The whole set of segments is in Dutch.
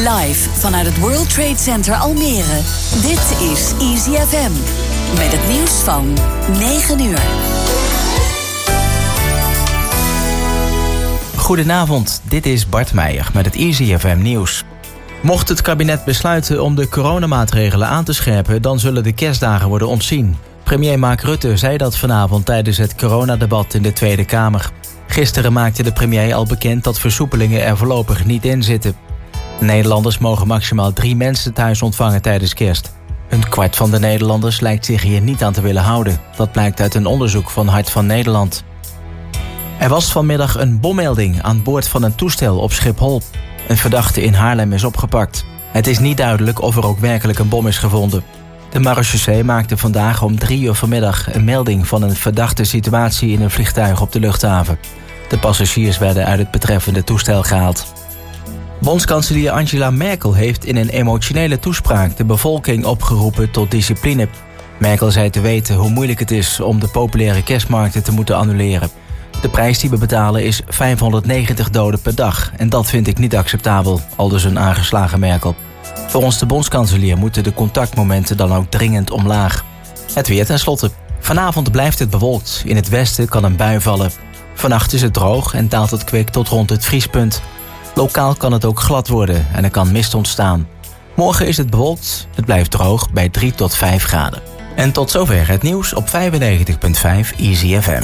Live vanuit het World Trade Center Almere. Dit is Easy FM. Met het nieuws van 9 uur. Goedenavond, dit is Bart Meijer met het Easy FM nieuws. Mocht het kabinet besluiten om de coronamaatregelen aan te scherpen, dan zullen de kerstdagen worden ontzien. Premier Mark Rutte zei dat vanavond tijdens het coronadebat in de Tweede Kamer. Gisteren maakte de premier al bekend dat versoepelingen er voorlopig niet in zitten. Nederlanders mogen maximaal 3 mensen thuis ontvangen tijdens kerst. Een kwart van de Nederlanders lijkt zich hier niet aan te willen houden. Dat blijkt uit een onderzoek van Hart van Nederland. Er was vanmiddag een bommelding aan boord van een toestel op Schiphol. Een verdachte in Haarlem is opgepakt. Het is niet duidelijk of er ook werkelijk een bom is gevonden. De marechaussee maakte vandaag om 3 uur vanmiddag een melding van een verdachte situatie in een vliegtuig op de luchthaven. De passagiers werden uit het betreffende toestel gehaald. Bondskanselier Angela Merkel heeft in een emotionele toespraak de bevolking opgeroepen tot discipline. Merkel zei te weten hoe moeilijk het is om de populaire kerstmarkten te moeten annuleren. De prijs die we betalen is 590 doden per dag en dat vind ik niet acceptabel, aldus een aangeslagen Merkel. Volgens de bondskanselier moeten de contactmomenten dan ook dringend omlaag. Het weer tenslotte. Vanavond blijft het bewolkt. In het westen kan een bui vallen. Vannacht is het droog en daalt het kwik tot rond het vriespunt. Lokaal kan het ook glad worden en er kan mist ontstaan. Morgen is het bewolkt. Het blijft droog bij 3 tot 5 graden. En tot zover het nieuws op 95.5 Easy FM.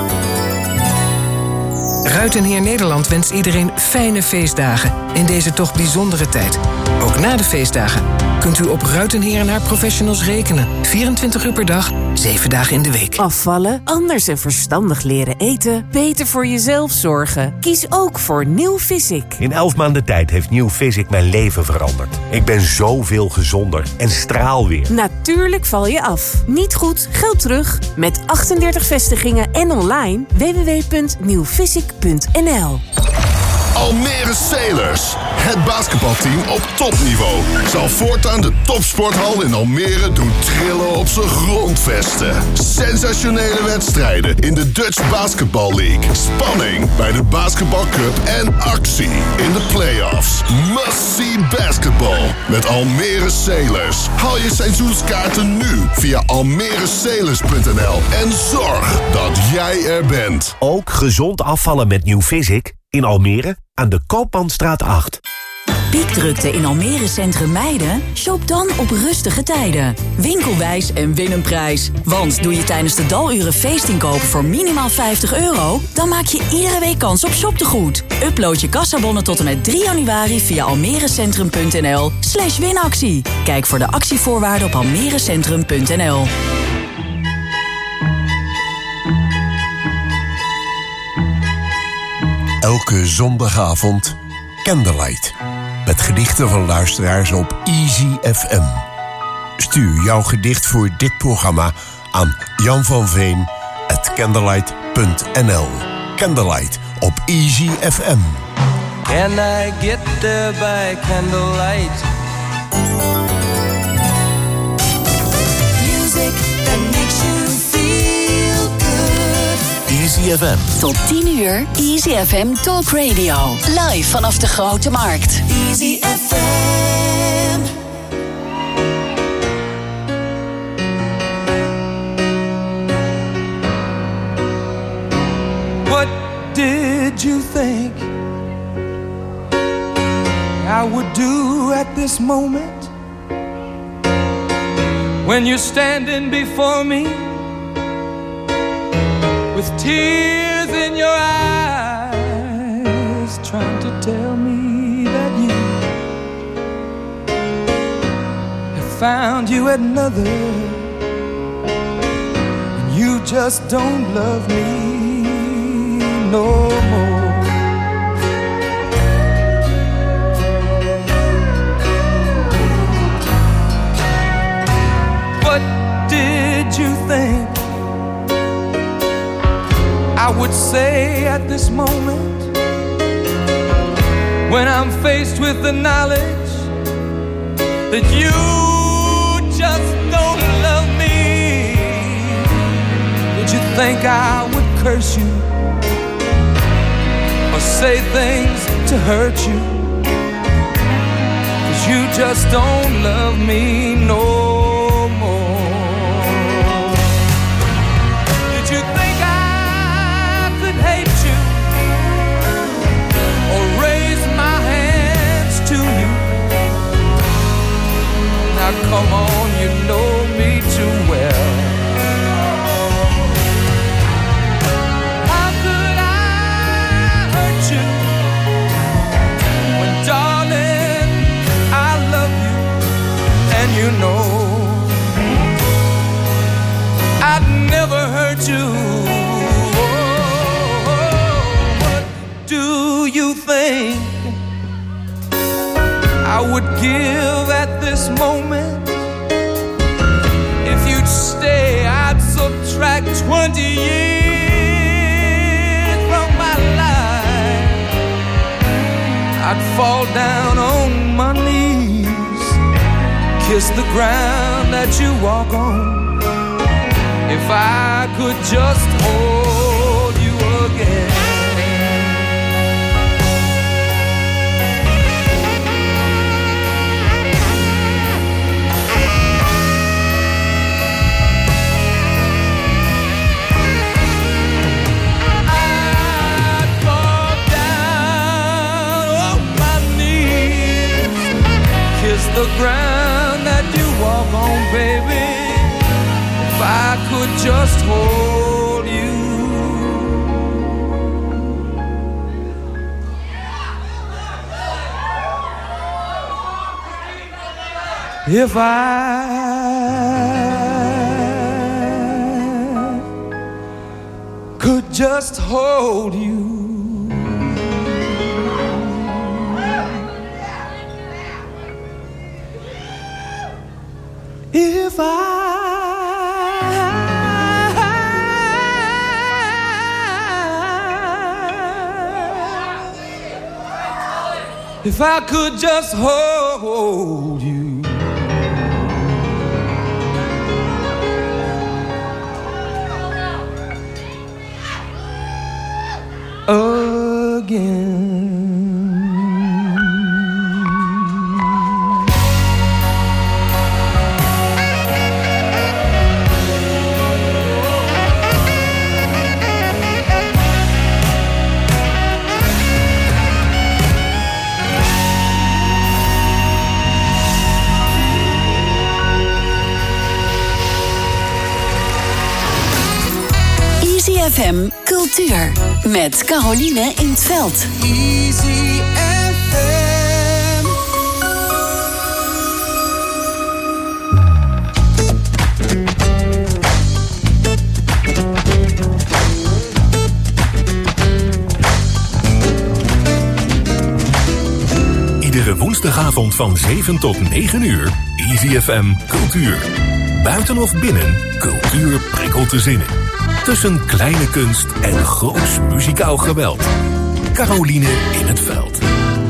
Ruitenheer Nederland wenst iedereen fijne feestdagen in deze toch bijzondere tijd. Ook na de feestdagen kunt u op Ruitenheer en haar professionals rekenen. 24 uur per dag, 7 dagen in de week. Afvallen, anders en verstandig leren eten, beter voor jezelf zorgen. Kies ook voor New Physic. In 11 maanden tijd heeft New Physic mijn leven veranderd. Ik ben zoveel gezonder en straal weer. Natuurlijk val je af. Niet goed, geld terug. Met 38 vestigingen en online www.newphysic.nl. Almere Sailors, het basketbalteam op topniveau, zal voortaan de topsporthal in Almere doen trillen op zijn grondvesten. Sensationele wedstrijden in de Dutch Basketball League, spanning bij de Basketball Cup en actie in de playoffs. Must-see basketball met Almere Sailors. Haal je seizoenskaarten nu via almeresailors.nl en zorg dat jij er bent. Ook gezond afvallen met New Physic in Almere aan de Koopmanstraat 8. Piekdrukte in Almere Centrum Meiden? Shop dan op rustige tijden. Winkelwijs en win een prijs. Want doe je tijdens de daluren feestinkopen voor minimaal €50... dan maak je iedere week kans op shoptegoed. Upload je kassabonnen tot en met 3 januari via almerecentrum.nl/winactie. Kijk voor de actievoorwaarden op almerecentrum.nl. Elke zondagavond Candlelight. Met gedichten van luisteraars op Easy FM. Stuur jouw gedicht voor dit programma aan Jan van Veen@candlelight.nl. Candlelight op Easy FM. Can I get there by candlelight? Music that makes you feel good. Easy FM. Tot 10 uur, Easy FM Talk Radio. Live vanaf de Grote Markt. Easy FM. What did you think I would do at this moment? When you're standing before me with tears in your eyes, trying to tell me that you have found you another, and you just don't love me no more. What did you think I would say at this moment, when I'm faced with the knowledge that you just don't love me? Did you think I would curse you or say things to hurt you? you just don't love me no more. Did you think I could hate you or raise my hands to you? Now come on, you know me too well. How could I hurt you when, darling, I love you and you know I'd never hurt you. What do you think I would give at this moment? If you'd stay, I'd subtract 20 years from my life. I'd fall down on my knees, kiss the ground that you walk on, if I could just hold you again. The ground that you walk on, baby, if I could just hold you. If I could just hold you. If I could just hold you. Again. FM Cultuur met Caroline in 't Veld. Easy FM. Iedere woensdagavond van 7 tot 9 uur. Easy FM Cultuur. Buiten of binnen, cultuur prikkelt de zinnen. Tussen kleine kunst en groots muzikaal geweld. Caroline in 't Veld.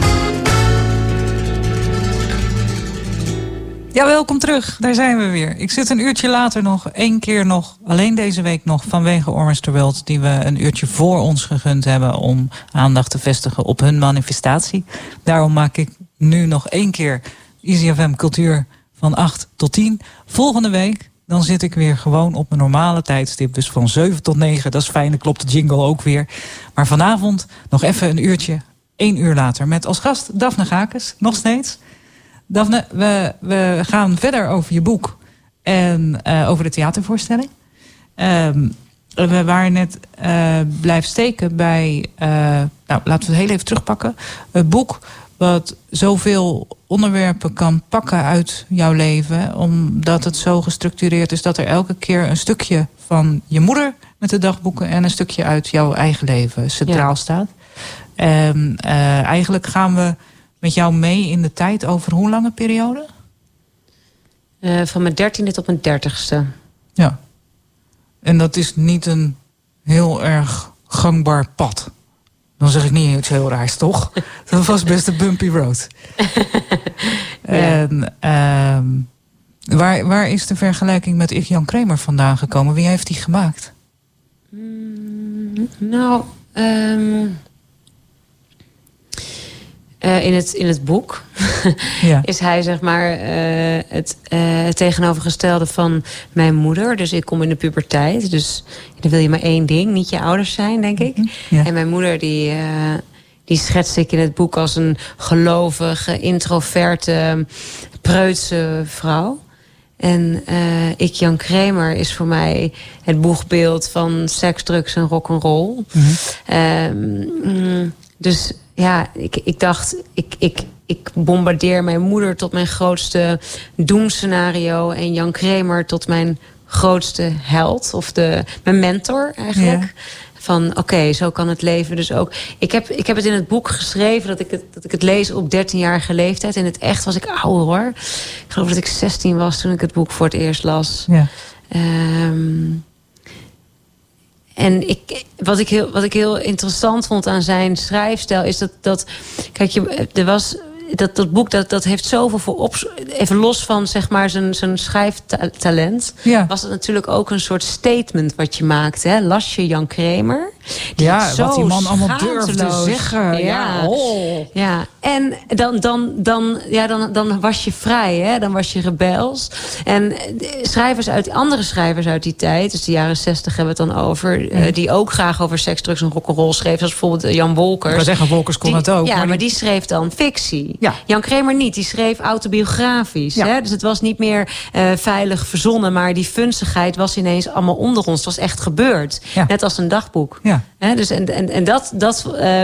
Ja, welkom terug. Daar zijn we weer. Ik zit een uurtje later nog, 1 keer nog, alleen deze week nog, vanwege Orange the World, die we een uurtje voor ons gegund hebben om aandacht te vestigen op hun manifestatie. Daarom maak ik nu nog 1 keer Easy FM Cultuur van 8 tot 10. Volgende week dan zit ik weer gewoon op mijn normale tijdstip. Dus van 7 tot 9. Dat is fijn, dan klopt de jingle ook weer. Maar vanavond nog even een uurtje. 1 uur later. Met als gast Daphne Gakes. Nog steeds. Daphne, we gaan verder over je boek. En over de theatervoorstelling. We waren net blijven steken bij... laten we het heel even terugpakken. Het boek wat zoveel onderwerpen kan pakken uit jouw leven, omdat het zo gestructureerd is dat er elke keer een stukje van je moeder met de dagboeken en een stukje uit jouw eigen leven centraal staat. Eigenlijk gaan we met jou mee in de tijd over hoe lange periode? Van mijn 13e tot mijn 30ste. Ja. En dat is niet een heel erg gangbaar pad. Dan zeg ik niet iets heel raars, toch? Dat was best een bumpy road. Ja. En waar is de vergelijking met Jan Kramer vandaan gekomen? Wie heeft die gemaakt? In het boek. is hij zeg maar het tegenovergestelde van mijn moeder. Dus ik kom in de puberteit. Dus dan wil je maar één ding, niet je ouders zijn, denk ik. Ja. En mijn moeder die schets ik in het boek als een gelovige, introverte, preutse vrouw. En ik, Jan Kramer, is voor mij het boegbeeld van seks, drugs en rock'n'roll. Dus ja, ik dacht, ik bombardeer mijn moeder tot mijn grootste doemscenario en Jan Kramer tot mijn grootste held. Of mijn mentor eigenlijk. Ja. Van oké, zo kan het leven dus ook. Ik heb het in het boek geschreven dat ik het lees op 13-jarige leeftijd. In het echt was ik ouder, hoor. Ik geloof dat ik 16 was toen ik het boek voor het eerst las. Ja. En wat ik heel interessant vond aan zijn schrijfstijl is dat kijk, dat boek dat heeft zoveel voor even los van zeg maar zijn schrijftalent. Ja. Was het natuurlijk ook een soort statement wat je maakte. Hè? Las je Jan Kramer? Ja, wat die man allemaal durfde zeggen. Ja. En dan was je vrij, hè? Dan was je rebels. En andere schrijvers uit die tijd, dus de jaren 60 hebben we het dan over, die ook graag over seks, drugs en rock'n'roll schreef, zoals bijvoorbeeld Jan Wolkers. Ik zou zeggen, Wolkers kon het ook. Ja, maar die schreef dan fictie. Ja. Jan Kramer niet, die schreef autobiografisch. Ja. Hè? Dus het was niet meer veilig verzonnen, maar die funzigheid was ineens allemaal onder ons. Het was echt gebeurd. Ja. Net als een dagboek. Ja. Dus en dat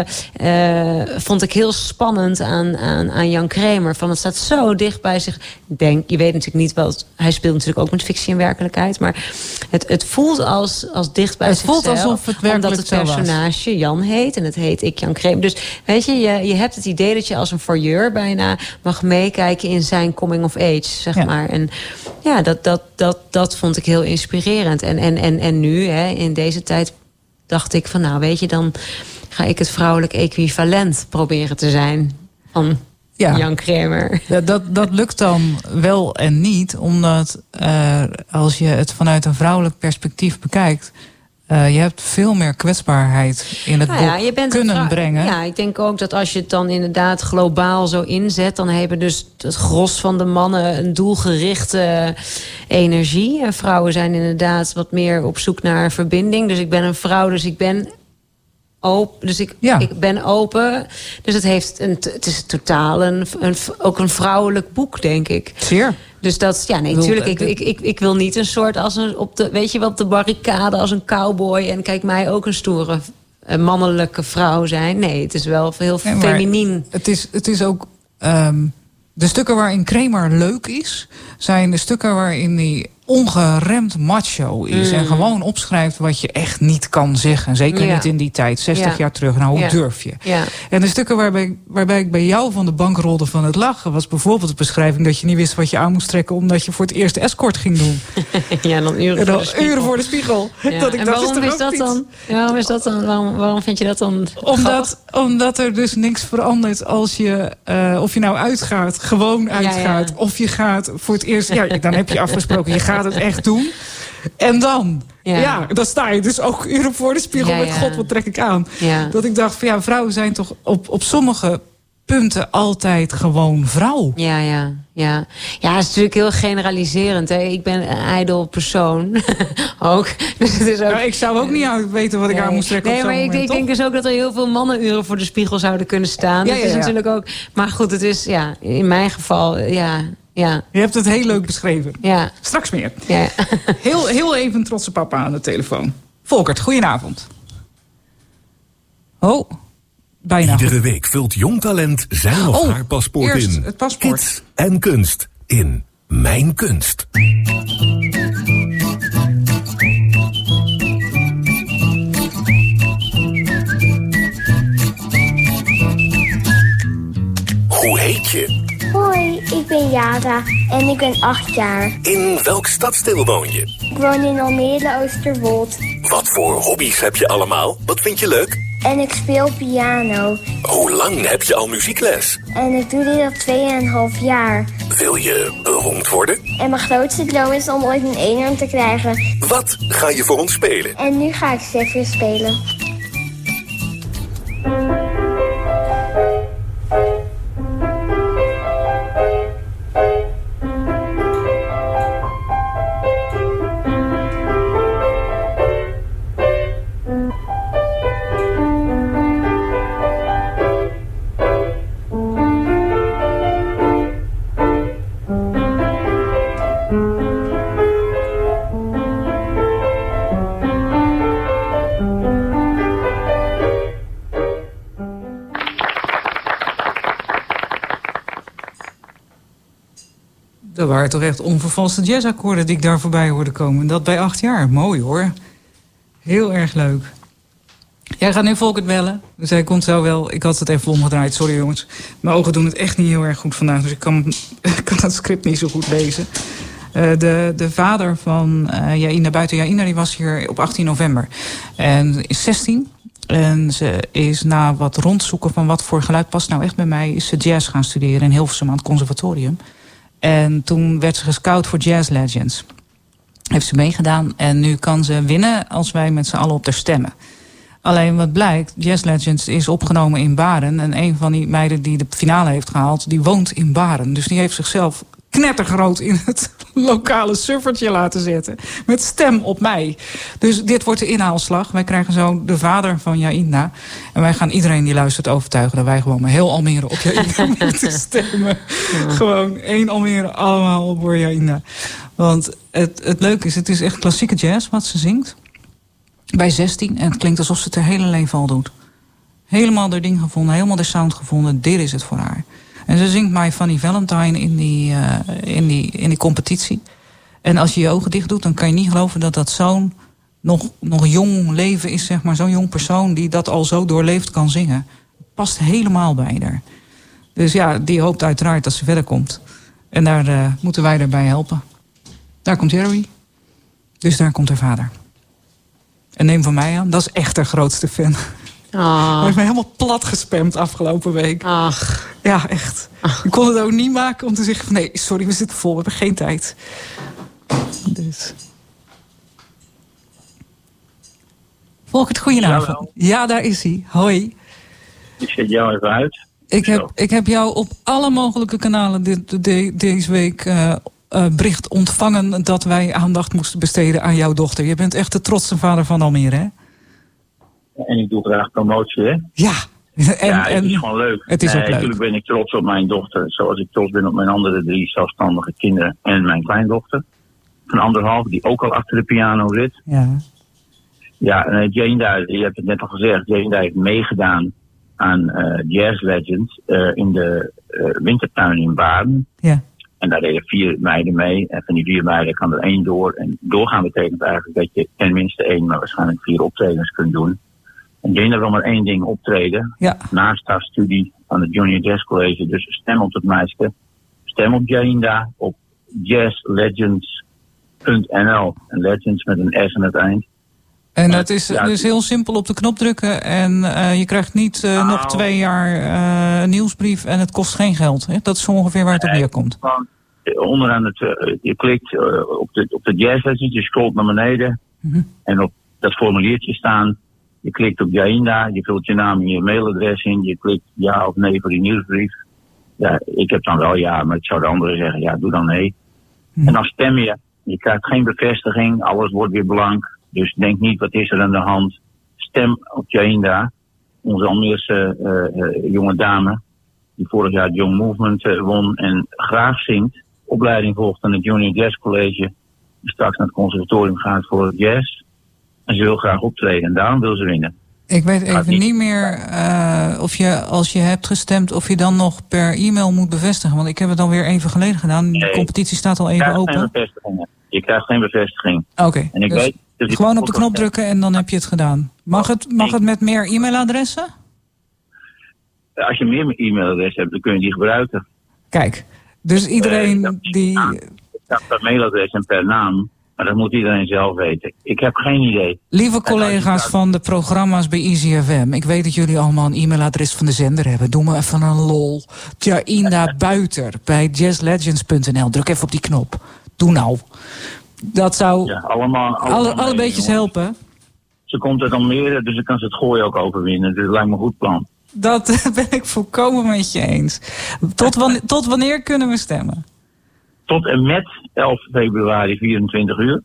vond ik heel spannend aan Jan Kramer. Van het staat zo dicht bij zich. Je weet natuurlijk niet wat. Hij speelt natuurlijk ook met fictie en werkelijkheid. Maar het voelt als dicht bij zichzelf. Het voelt alsof het werkelijk omdat het personage Jan heet. En het heet ik Jan Kramer. Dus weet je hebt het idee dat je als een voyeur bijna mag meekijken in zijn coming of age, zeg maar. En ja, dat vond ik heel inspirerend. En nu, hè, in deze tijd, dacht ik van nou, weet je, dan ga ik het vrouwelijk equivalent proberen te zijn van Jan Kramer. Dat lukt dan wel en niet, omdat als je het vanuit een vrouwelijk perspectief bekijkt, je hebt veel meer kwetsbaarheid in het boek kunnen brengen. Ja, ik denk ook dat als je het dan inderdaad globaal zo inzet, dan hebben dus het gros van de mannen een doelgerichte energie. En vrouwen zijn inderdaad wat meer op zoek naar verbinding. Dus ik ben een vrouw, dus ik ben open. Dus ik ben open. Dus het is totaal ook een vrouwelijk boek, denk ik. Zeer. Dus dat, natuurlijk. Ik wil niet een soort op de barricade als een cowboy en kijk mij ook een stoere mannelijke vrouw zijn. Nee, het is wel heel feminien. Het is ook de stukken waarin Kramer leuk is, zijn de stukken waarin hij ongeremd macho is. En gewoon opschrijft wat je echt niet kan zeggen. Zeker niet in die tijd, 60 jaar terug. Nou, hoe durf je? Ja. En de stukken waarbij ik bij jou van de bank rolde van het lachen, was bijvoorbeeld de beschrijving dat je niet wist wat je aan moest trekken omdat je voor het eerst escort ging doen. Ja, dan uren voor de spiegel. Ja. Dat ik en waarom is dat dan? Waarom is dat dan? Waarom vind je dat dan? Omdat er dus niks verandert als je, of je nou uitgaat, gewoon uitgaat, of je gaat voor het eerst, dan heb je afgesproken, je gaat het echt doen. En dan, dan sta je dus ook uren voor de spiegel met God, wat trek ik aan? Ja. Dat ik dacht van vrouwen zijn toch op sommige punten altijd gewoon vrouw. Ja, het is natuurlijk heel generaliserend. Hè? Ik ben een ijdel persoon. ook. Dus het is ook. Ik zou ook niet weten wat ik aan moest trekken. Nee, maar ik denk dus ook dat er heel veel mannenuren voor de spiegel zouden kunnen staan. Dat is natuurlijk ook. Maar goed, het is in mijn geval, Ja. Je hebt het heel leuk beschreven. Ja. Straks meer. Ja. Heel even trotse papa aan de telefoon. Volkert, goedenavond. Oh, bijna. Iedere week vult jong talent zijn of haar paspoort eerst in. Het paspoort. Kids en kunst in Mijn Kunst. Hoe heet je? Hoi, ik ben Yara en ik ben 8 jaar. In welk stadsdeel woon je? Ik woon in Almere Oosterwold. Wat voor hobby's heb je allemaal? Wat vind je leuk? En ik speel piano. Hoe lang heb je al muziekles? En ik doe dit al 2,5 jaar. Wil je beroemd worden? En mijn grootste droom is om ooit een eenhoorn te krijgen. Wat ga je voor ons spelen? En nu ga ik Zephyr spelen. Dat waren toch echt onvervalste jazzakkoorden die ik daar voorbij hoorde komen. En dat bij 8 jaar. Mooi hoor. Heel erg leuk. Jij gaat nu Volkert bellen. Dus hij komt zo wel. Ik had het even omgedraaid. Sorry jongens. Mijn ogen doen het echt niet heel erg goed vandaag. Dus ik kan het script niet zo goed lezen. De vader van Jaïna, buiten Jaïna, die was hier op 18 november. En is 16. En ze is na wat rondzoeken van wat voor geluid past nou echt bij mij, is ze jazz gaan studeren in Hilversum aan het conservatorium. En toen werd ze gescout voor Jazz Legends. Heeft ze meegedaan en nu kan ze winnen als wij met z'n allen op haar stemmen. Alleen wat blijkt, Jazz Legends is opgenomen in Baren. En een van die meiden die de finale heeft gehaald, die woont in Baren. Dus die heeft zichzelf knettergroot in het lokale suffertje laten zetten. Met stem op mij. Dus dit wordt de inhaalslag. Wij krijgen zo de vader van Jaïna. En wij gaan iedereen die luistert overtuigen dat wij gewoon maar heel Almere op Jaïna moeten stemmen. Gewoon 1 Almere, allemaal op voor Jaïna. Want het leuke is, het is echt klassieke jazz wat ze zingt. Bij 16. En het klinkt alsof ze het haar hele leven al doet. Helemaal haar ding gevonden, helemaal de sound gevonden. Dit is het voor haar. En ze zingt My Funny Valentine in die competitie. En als je je ogen dicht doet, dan kan je niet geloven dat dat zo'n nog jong leven is, zeg maar. Zo'n jong persoon die dat al zo doorleefd kan zingen. Past helemaal bij haar. Dus ja, die hoopt uiteraard dat ze verder komt. En daar moeten wij erbij helpen. Daar komt Jerry. Dus daar komt haar vader. En neem van mij aan, dat is echt haar grootste fan. Hij heeft me helemaal plat gespamd afgelopen week. Ach. Ja, echt. Ik kon het ook niet maken om te zeggen van nee, sorry, we zitten vol, we hebben geen tijd. Dus. Volkert, goedenavond. Ja, daar is hij. Hoi. Ik zet jou even uit. Ik heb jou op alle mogelijke kanalen deze week bericht ontvangen dat wij aandacht moesten besteden aan jouw dochter. Je bent echt de trotse vader van Almere, hè? En ik doe graag promotie, hè? Ja. Het is gewoon leuk. Het is ook leuk. Natuurlijk ben ik trots op mijn dochter. Zoals ik trots ben op mijn andere 3 zelfstandige kinderen. En mijn kleindochter. Van 1,5, die ook al achter de piano zit. Ja. Ja, en Jaïna, je hebt het net al gezegd. Jaïna heeft meegedaan aan Jazz Legends in de wintertuin in Baden. Ja. En daar deden 4 meiden mee. En van die 4 meiden kan er 1 door. En doorgaan betekent eigenlijk dat je tenminste 1, maar waarschijnlijk 4 optredens kunt doen. En Jaïna wil maar 1 ding optreden. Ja. Naast haar studie aan het Junior Jazz College. Dus stem op het meisje. Stem op Jaïna op jazzlegends.nl. En Legends met een S aan het eind. En dat is dus heel simpel op de knop drukken. En je krijgt niet nog 2 jaar nieuwsbrief en het kost geen geld. Hè? Dat is ongeveer waar het op neerkomt. Onderaan je klikt op de Jazz Legends, je scrolt naar beneden. Mm-hmm. En op dat formuliertje staan. Je klikt op Jaïna, je vult je naam en je mailadres in. Je klikt ja of nee voor die nieuwsbrief. Ja, ik heb dan wel ja, maar ik zou de anderen zeggen, ja, doe dan nee. En dan stem je. Je krijgt geen bevestiging, alles wordt weer blank. Dus denk niet, wat is er aan de hand? Stem op Jaïna, onze Almeerse jonge dame, die vorig jaar het Young Movement won en graag zingt. Opleiding volgt aan het Junior Jazz College. Die straks naar het conservatorium gaat voor jazz. En ze wil graag optreden en daarom wil ze winnen. Ik weet even niet meer of je, als je hebt gestemd, of je dan nog per e-mail moet bevestigen. Want ik heb het alweer even geleden gedaan. De competitie staat al even open. Je krijgt geen bevestiging. Oké, En ik dus weet, gewoon op de knop drukken en dan heb je het gedaan. Mag het met meer e-mailadressen? Als je meer e-mailadres hebt, dan kun je die gebruiken. Kijk, dus iedereen die... Ik heb per mailadres en per naam. Maar dat moet iedereen zelf weten. Ik heb geen idee. Lieve collega's van de programma's bij Easy FM. Ik weet dat jullie allemaal een e-mailadres van de zender hebben. Doe me even een lol. Jaïna Buiter bij jazzlegends.nl. Druk even op die knop. Doe nou. Dat zou alle beetjes helpen. Ze komt uit Almere, dus dan kan ze het gooien ook overwinnen. Dus dat lijkt me een goed plan. Dat ben ik volkomen met je eens. Tot wanneer kunnen we stemmen? Tot en met 11 februari, 24 uur.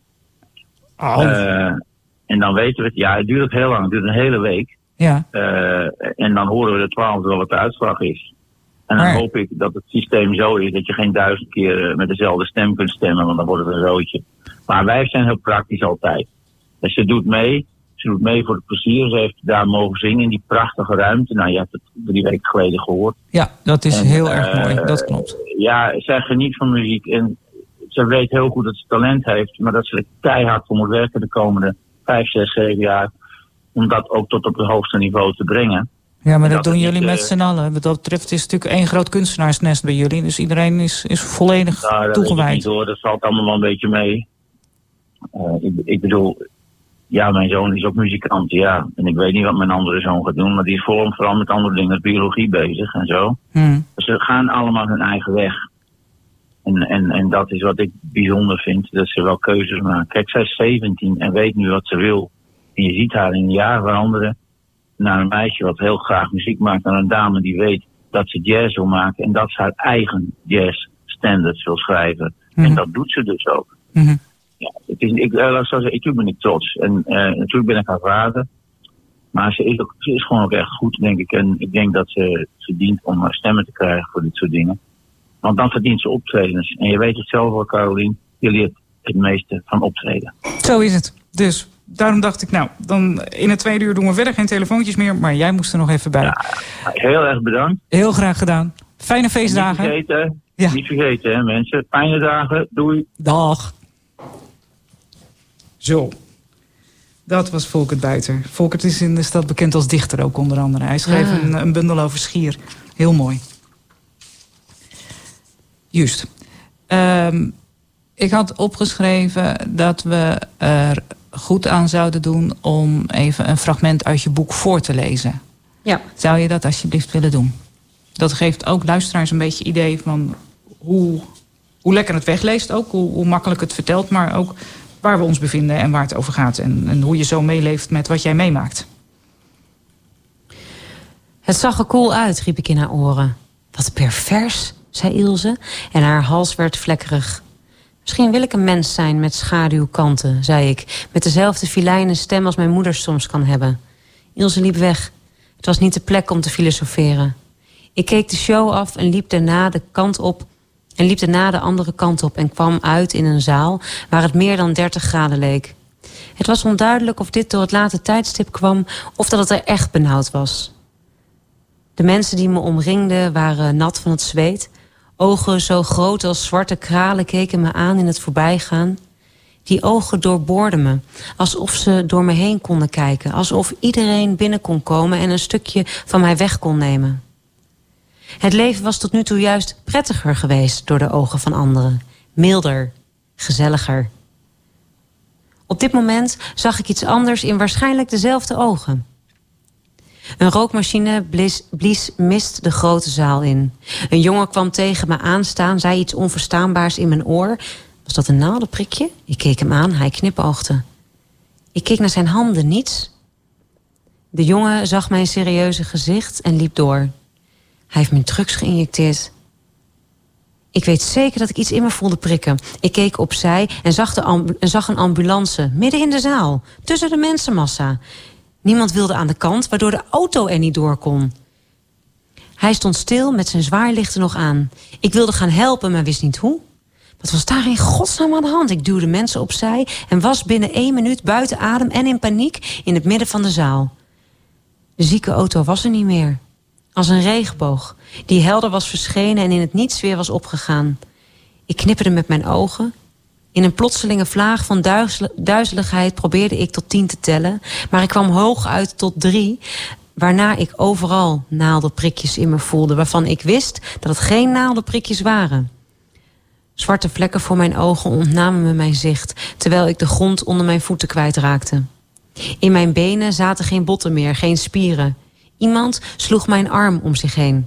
En dan weten we het. Ja, het duurt ook heel lang. Het duurt een hele week. Ja. En dan horen we de 12 wel wat de uitslag is. En dan hoop ik dat het systeem zo is dat je geen 1000 keer met dezelfde stem kunt stemmen, want dan wordt het een roodje. Maar wij zijn heel praktisch altijd. Dus ze doet mee. Ze doet mee voor het plezier. Ze heeft daar mogen zingen in die prachtige ruimte. Nou, je hebt het 3 weken geleden gehoord. Ja, dat is heel erg mooi. Dat klopt. Ja, zij geniet van muziek. En ze weet heel goed dat ze talent heeft, maar dat ze er keihard voor moet werken de komende 5, 6, 7 jaar. Om dat ook tot op het hoogste niveau te brengen. Ja, maar dat doen jullie met z'n allen. Wat dat betreft is het natuurlijk één groot kunstenaarsnest bij jullie. Dus iedereen is volledig toegewijd. Dat valt allemaal wel een beetje mee. Ik bedoel, ja, mijn zoon is ook muzikant, ja. En ik weet niet wat mijn andere zoon gaat doen, maar die is vooral met andere dingen als biologie bezig en zo. Dus ze gaan allemaal hun eigen weg. En dat is wat ik bijzonder vind, dat ze wel keuzes maken. Kijk, zij is 17 en weet nu wat ze wil. En je ziet haar in een jaar veranderen naar een meisje wat heel graag muziek maakt, naar een dame die weet dat ze jazz wil maken en dat ze haar eigen jazz standards wil schrijven. En dat doet ze dus ook. Ja, natuurlijk ben ik trots. En natuurlijk ben ik haar vader. Maar ze is gewoon ook echt goed, denk ik. En ik denk dat ze verdient om stemmen te krijgen voor dit soort dingen. Want dan verdient ze optredens. En je weet het zelf wel, Carolien. Je leert het meeste van optreden. Zo is het. Dus daarom dacht ik, nou, dan in het 2e uur doen we verder geen telefoontjes meer. Maar jij moest er nog even bij. Ja, heel erg bedankt. Heel graag gedaan. Fijne feestdagen. Niet vergeten, hè, mensen. Fijne dagen. Doei. Dag. Zo. Dat was Volkert Buiter. Volkert is in de stad bekend als dichter ook onder andere. Hij schreef een bundel over Schier. Heel mooi. Juist. Ik had opgeschreven dat we er goed aan zouden doen om even een fragment uit je boek voor te lezen. Ja. Zou je dat alsjeblieft willen doen? Dat geeft ook luisteraars een beetje idee van hoe lekker het wegleest ook. Hoe makkelijk het vertelt, maar ook waar we ons bevinden en waar het over gaat. En hoe je zo meeleeft met wat jij meemaakt. Het zag er cool uit, riep ik in haar oren. Wat pervers, zei Ilse, en haar hals werd vlekkerig. Misschien wil ik een mens zijn met schaduwkanten, zei ik, met dezelfde filijne stem als mijn moeder soms kan hebben. Ilse liep weg. Het was niet de plek om te filosoferen. Ik keek de show af en liep daarna de andere kant op en kwam uit in een zaal waar het meer dan 30 graden leek. Het was onduidelijk of dit door het late tijdstip kwam of dat het er echt benauwd was. De mensen die me omringden waren nat van het zweet. Ogen zo groot als zwarte kralen keken me aan in het voorbijgaan. Die ogen doorboorden me, alsof ze door me heen konden kijken. Alsof iedereen binnen kon komen en een stukje van mij weg kon nemen. Het leven was tot nu toe juist prettiger geweest door de ogen van anderen. Milder, gezelliger. Op dit moment zag ik iets anders in waarschijnlijk dezelfde ogen. Een rookmachine blies mist de grote zaal in. Een jongen kwam tegen me aanstaan, zei iets onverstaanbaars in mijn oor. Was dat een naaldenprikje? Ik keek hem aan, hij knipoogde. Ik keek naar zijn handen, niets. De jongen zag mijn serieuze gezicht en liep door. Hij heeft me drugs geïnjecteerd. Ik weet zeker dat ik iets in me voelde prikken. Ik keek opzij en zag een ambulance midden in de zaal, tussen de mensenmassa. Niemand wilde aan de kant, waardoor de auto er niet door kon. Hij stond stil met zijn zwaailichten nog aan. Ik wilde gaan helpen, maar wist niet hoe. Wat was daar in godsnaam aan de hand? Ik duwde mensen opzij en was binnen 1 minuut buiten adem en in paniek in het midden van de zaal. De zieke auto was er niet meer. Als een regenboog, die helder was verschenen en in het niets weer was opgegaan. Ik knipperde met mijn ogen. In een plotselinge vlaag van duizeligheid probeerde ik tot 10 te tellen, maar ik kwam hoog uit tot 3, waarna ik overal naaldenprikjes in me voelde, waarvan ik wist dat het geen naaldenprikjes waren. Zwarte vlekken voor mijn ogen ontnamen me mijn zicht, terwijl ik de grond onder mijn voeten kwijtraakte. In mijn benen zaten geen botten meer, geen spieren. Iemand sloeg mijn arm om zich heen.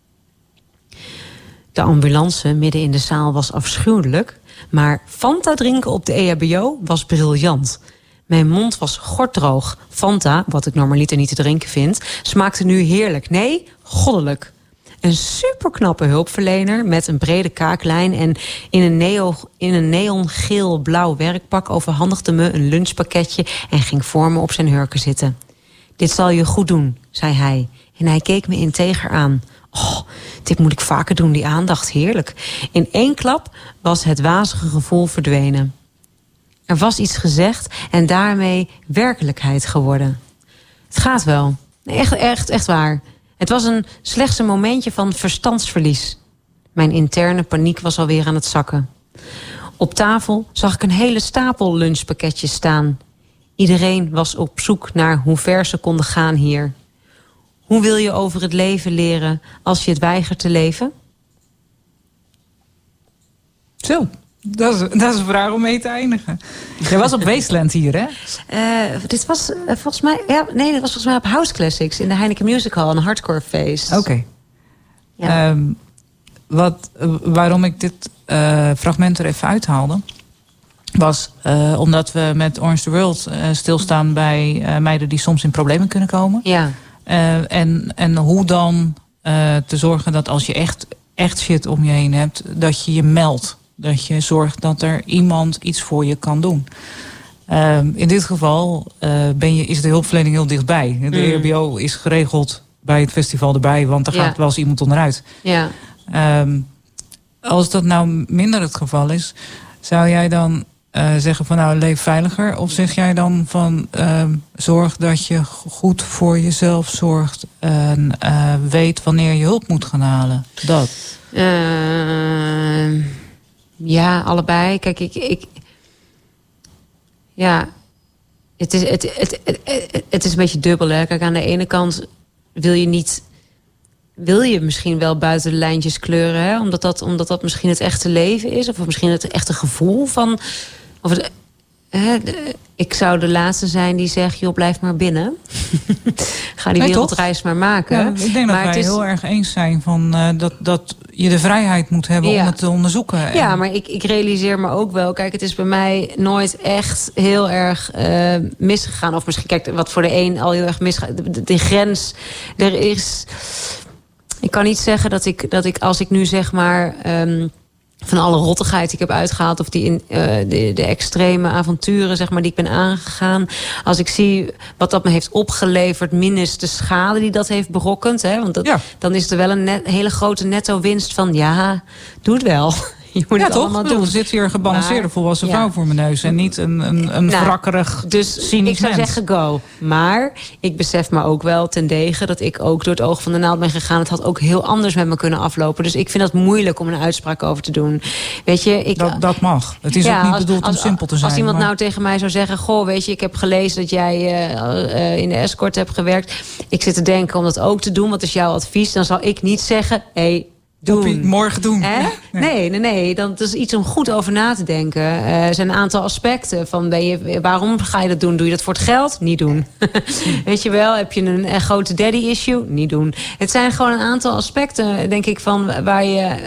De ambulance midden in de zaal was afschuwelijk, maar Fanta drinken op de EHBO was briljant. Mijn mond was gorddroog. Fanta, wat ik normaliter niet te drinken vind, smaakte nu heerlijk. Nee, goddelijk. Een superknappe hulpverlener met een brede kaaklijn en in een neongeel-blauw werkpak overhandigde me een lunchpakketje en ging voor me op zijn hurken zitten. Dit zal je goed doen, zei hij. En hij keek me integer aan. Oh, dit moet ik vaker doen, die aandacht, heerlijk. In 1 klap was het wazige gevoel verdwenen. Er was iets gezegd en daarmee werkelijkheid geworden. Het gaat wel. Echt waar. Het was slechts een momentje van verstandsverlies. Mijn interne paniek was alweer aan het zakken. Op tafel zag ik een hele stapel lunchpakketjes staan. Iedereen was op zoek naar hoe ver ze konden gaan hier. Hoe wil je over het leven leren als je het weigert te leven? Zo, dat is een vraag om mee te eindigen. Jij was op Wasteland hier, hè? Dit was volgens mij... Ja, nee, dat was volgens mij op House Classics in de Heineken Music Hall, een hardcore feest. Oké. Ja. Waarom ik dit fragment er even uithaalde, was omdat we met Orange the World stilstaan bij meiden die soms in problemen kunnen komen. Ja. En hoe dan te zorgen dat als je echt shit om je heen hebt, dat je je meldt. Dat je zorgt dat er iemand iets voor je kan doen. In dit geval is de hulpverlening heel dichtbij. De EHBO is geregeld bij het festival erbij, want er gaat wel eens iemand onderuit. Ja. Als dat nou minder het geval is, zou jij dan zeggen van nou, leef veiliger? Of zeg jij dan van zorg dat je goed voor jezelf zorgt en weet wanneer je hulp moet gaan halen? Dat. Ja, allebei. Kijk, het is een beetje dubbel, hè. Kijk, aan de ene kant wil je misschien wel buiten de lijntjes kleuren, hè? Omdat dat misschien het echte leven is, of misschien het echte gevoel van. Ik zou de laatste zijn die zegt, joh, blijf maar binnen. Ga die wereldreis maar maken. Ja, ik denk dat wij heel erg eens zijn van dat je de vrijheid moet hebben om het te onderzoeken. Ja, maar ik realiseer me ook wel, kijk, het is bij mij nooit echt heel erg misgegaan. Of misschien, kijk, wat voor de een al heel erg misgaat. De grens, er is. Ik kan niet zeggen dat ik als ik nu zeg maar van alle rottigheid die ik heb uitgehaald, of de extreme avonturen, zeg maar, die ik ben aangegaan. Als ik zie wat dat me heeft opgeleverd, minus de schade die dat heeft berokkend. Hè, want dan is er wel een hele grote netto winst van, doe het wel. Je moet het toch? allemaal doen. Er zit hier een gebalanceerde volwassen vrouw voor mijn neus. En niet een wrakkerig, dus cynisch ik zou mens. zeggen go. Maar ik besef me ook wel ten dege dat ik ook door het oog van de naald ben gegaan. Het had ook heel anders met me kunnen aflopen. Dus ik vind dat moeilijk om een uitspraak over te doen. Weet je, dat mag. Het is ook niet bedoeld om simpel te zijn. Als iemand nou tegen mij zou zeggen, goh, weet je, ik heb gelezen dat jij in de escort hebt gewerkt. Ik zit te denken om dat ook te doen. Wat is jouw advies? Dan zal ik niet zeggen, doen. Morgen doen. Nee. Dan is iets om goed over na te denken. Er zijn een aantal aspecten van waarom ga je dat doen? Doe je dat voor het geld? Niet doen. Weet je wel, heb je een grote daddy issue? Niet doen. Het zijn gewoon een aantal aspecten, denk ik, van waar je.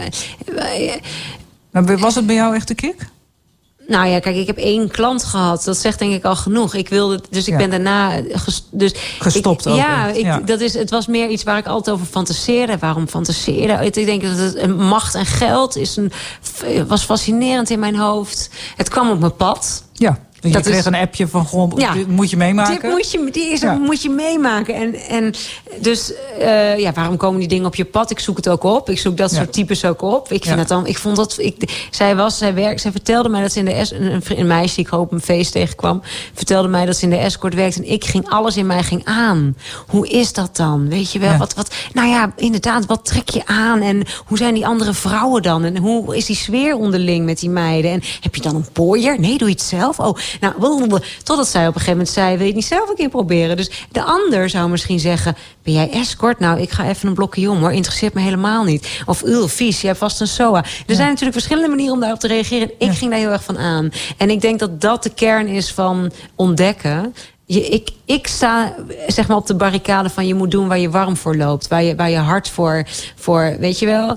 Maar was het bij jou echt de kick? Nou ja, kijk, ik heb 1 klant gehad. Dat zegt denk ik al genoeg. Ik wilde, dus ik ben daarna gestopt. Het was meer iets waar ik altijd over fantaseerde. Waarom fantaseerde? Ik denk dat het macht en geld was fascinerend in mijn hoofd. Het kwam op mijn pad. Ja. Je kreeg een appje van, dit moet je meemaken. Moet je meemaken. En dus, waarom komen die dingen op je pad? Ik zoek het ook op. Ik zoek dat soort types ook op. Ik vind het dan, ik vond dat, zij vertelde mij dat ze in de een meisje die ik op een feest tegenkwam, vertelde mij dat ze in de escort werkte. En alles in mij ging aan. Hoe is dat dan? Weet je wel, inderdaad, wat trek je aan? En hoe zijn die andere vrouwen dan? En hoe is die sfeer onderling met die meiden? En heb je dan een pooier? Nee, doe je het zelf? Oh, nou, totdat zij op een gegeven moment zei, wil je het niet zelf een keer proberen? Dus de ander zou misschien zeggen, ben jij escort? Nou, ik ga even een blokje om hoor. Interesseert me helemaal niet. Of vies, jij hebt vast een SOA. Er zijn natuurlijk verschillende manieren om daarop te reageren. Ik ging daar heel erg van aan. En ik denk dat dat de kern is van ontdekken. Ik sta zeg maar op de barricade van je moet doen waar je warm voor loopt. Waar je hart voor weet je wel?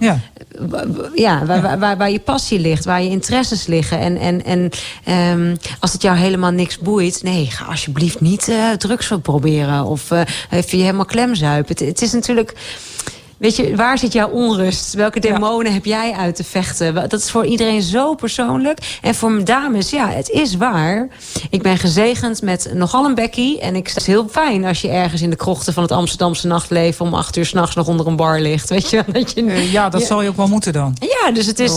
Waar je passie ligt, waar je interesses liggen. En als het jou helemaal niks boeit, nee, ga alsjeblieft niet drugs proberen. Of even je helemaal klemzuipen. Het is natuurlijk. Weet je, waar zit jouw onrust? Welke demonen heb jij uit te vechten? Dat is voor iedereen zo persoonlijk. En voor mijn dames, het is waar. Ik ben gezegend met nogal een bekkie. En het is heel fijn als je ergens in de krochten van het Amsterdamse nachtleven om 8 uur 's nachts nog onder een bar ligt. Weet je? Dat zal je ook wel moeten dan. Ja, dus het is.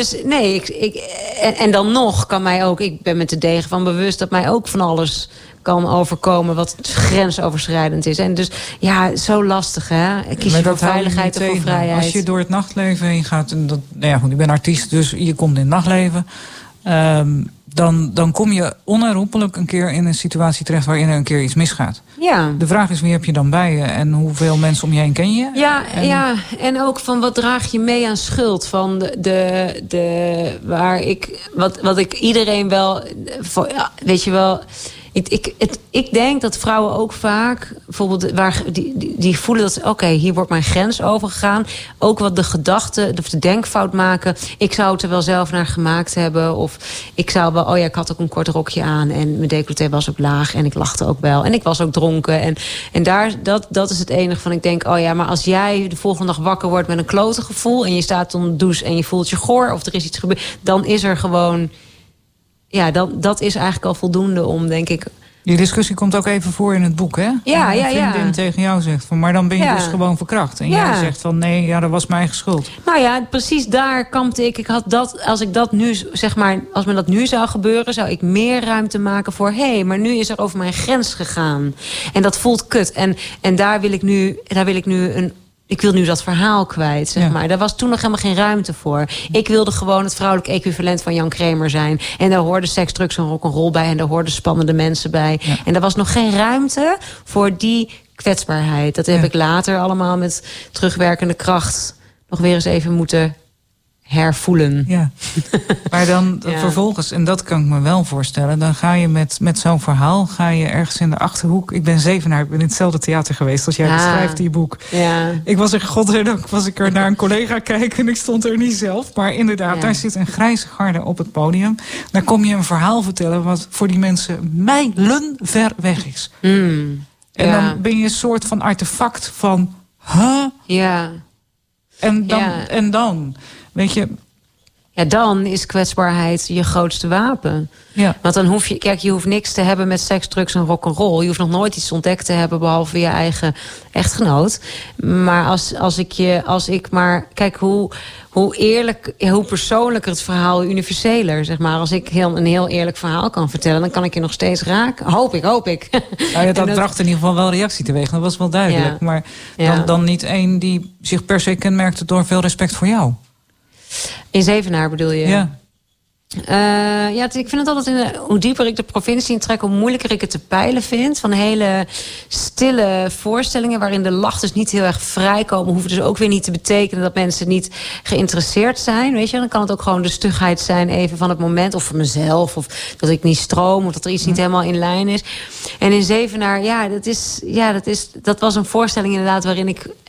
En dan nog kan mij ook. Ik ben me te degen van bewust dat mij ook van alles kan overkomen wat grensoverschrijdend is. En dus, zo lastig, hè? Kies je voor veiligheid of voor vrijheid? Als je door het nachtleven heen gaat, ik ben artiest, dus je komt in het nachtleven. Dan kom je onherroepelijk een keer in een situatie terecht waarin er een keer iets misgaat. Ja. De vraag is, wie heb je dan bij je en hoeveel mensen om je heen ken je? En ook van wat draag je mee aan schuld? Van wat ik iedereen wel, weet je wel. Ik denk dat vrouwen ook vaak bijvoorbeeld die voelen dat oké, hier wordt mijn grens overgegaan. Ook wat de gedachte of de denkfout maken. Ik zou het er wel zelf naar gemaakt hebben. Of ik zou wel, ik had ook een kort rokje aan en mijn decolleté was ook laag en ik lachte ook wel. En ik was ook dronken. En dat is het enige van ik denk, maar als jij de volgende dag wakker wordt met een klote gevoel en je staat onder de douche en je voelt je goor of er is iets gebeurd, dan is er gewoon. Ja, dat is eigenlijk al voldoende om, denk ik. Die discussie komt ook even voor in het boek, hè? Ja. Een vriendin tegen jou zegt van, maar dan ben je dus gewoon verkracht. En jij zegt van, nee, dat was mijn eigen schuld. Nou ja, precies daar kampte ik. Ik had dat, als ik dat nu, zeg maar, als me dat nu zou gebeuren, zou ik meer ruimte maken voor, maar nu is er over mijn grens gegaan. En dat voelt kut. En daar wil ik nu ik wil nu dat verhaal kwijt, zeg maar. Daar was toen nog helemaal geen ruimte voor. Ik wilde gewoon het vrouwelijk equivalent van Jan Kramer zijn. En daar hoorde seks, drugs en rock'n'roll bij. En daar hoorden spannende mensen bij. Ja. En er was nog geen ruimte voor die kwetsbaarheid. Dat heb ik later allemaal met terugwerkende kracht nog weer eens even moeten hervoelen. Ja. Maar dan vervolgens, en dat kan ik me wel voorstellen, dan ga je met zo'n verhaal, ga je ergens in de Achterhoek. Ik ben Zevenaar, ik ben in hetzelfde theater geweest als jij beschrijft in je boek. Ja. Ik was er, godzijdank, er naar een collega kijken en ik stond er niet zelf. Maar inderdaad, daar zit een grijze garde op het podium. Daar kom je een verhaal vertellen wat voor die mensen mijlen ver weg is. En dan ben je een soort van artefact van, Ja. En dan, weet je. Ja, dan is kwetsbaarheid je grootste wapen. Ja. Want dan je hoeft niks te hebben met seks, drugs en rock'n'roll. Je hoeft nog nooit iets ontdekt te hebben behalve je eigen echtgenoot. Maar als ik maar kijk hoe eerlijk, hoe persoonlijker het verhaal, universeler, zeg maar. Als ik een heel eerlijk verhaal kan vertellen, dan kan ik je nog steeds raken. Hoop ik. Dat bracht in ieder geval wel reactie teweeg. Dat was wel duidelijk. Ja. Maar dan niet één die zich per se kenmerkte door veel respect voor jou. In Zevenaar bedoel je? Ja. Ik vind het altijd, hoe dieper ik de provincie intrek, hoe moeilijker ik het te peilen vind. Van hele stille voorstellingen waarin de lach dus niet heel erg vrijkomen. Hoeven dus ook weer niet te betekenen dat mensen niet geïnteresseerd zijn. Weet je, dan kan het ook gewoon de stugheid zijn even van het moment. Of van mezelf, of dat ik niet stroom, of dat er iets niet helemaal in lijn is. En in Zevenaar, dat was een voorstelling inderdaad waarin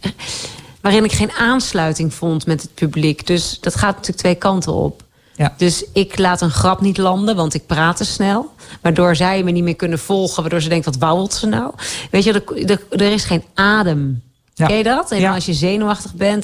ik geen aansluiting vond met het publiek. Dus dat gaat natuurlijk twee kanten op. Ja. Dus ik laat een grap niet landen, want ik praat te snel. Waardoor zij me niet meer kunnen volgen. Waardoor ze denkt, wat wauwelt ze nou? Weet je, er is geen adem. Ja. Ken je dat? En als je zenuwachtig bent,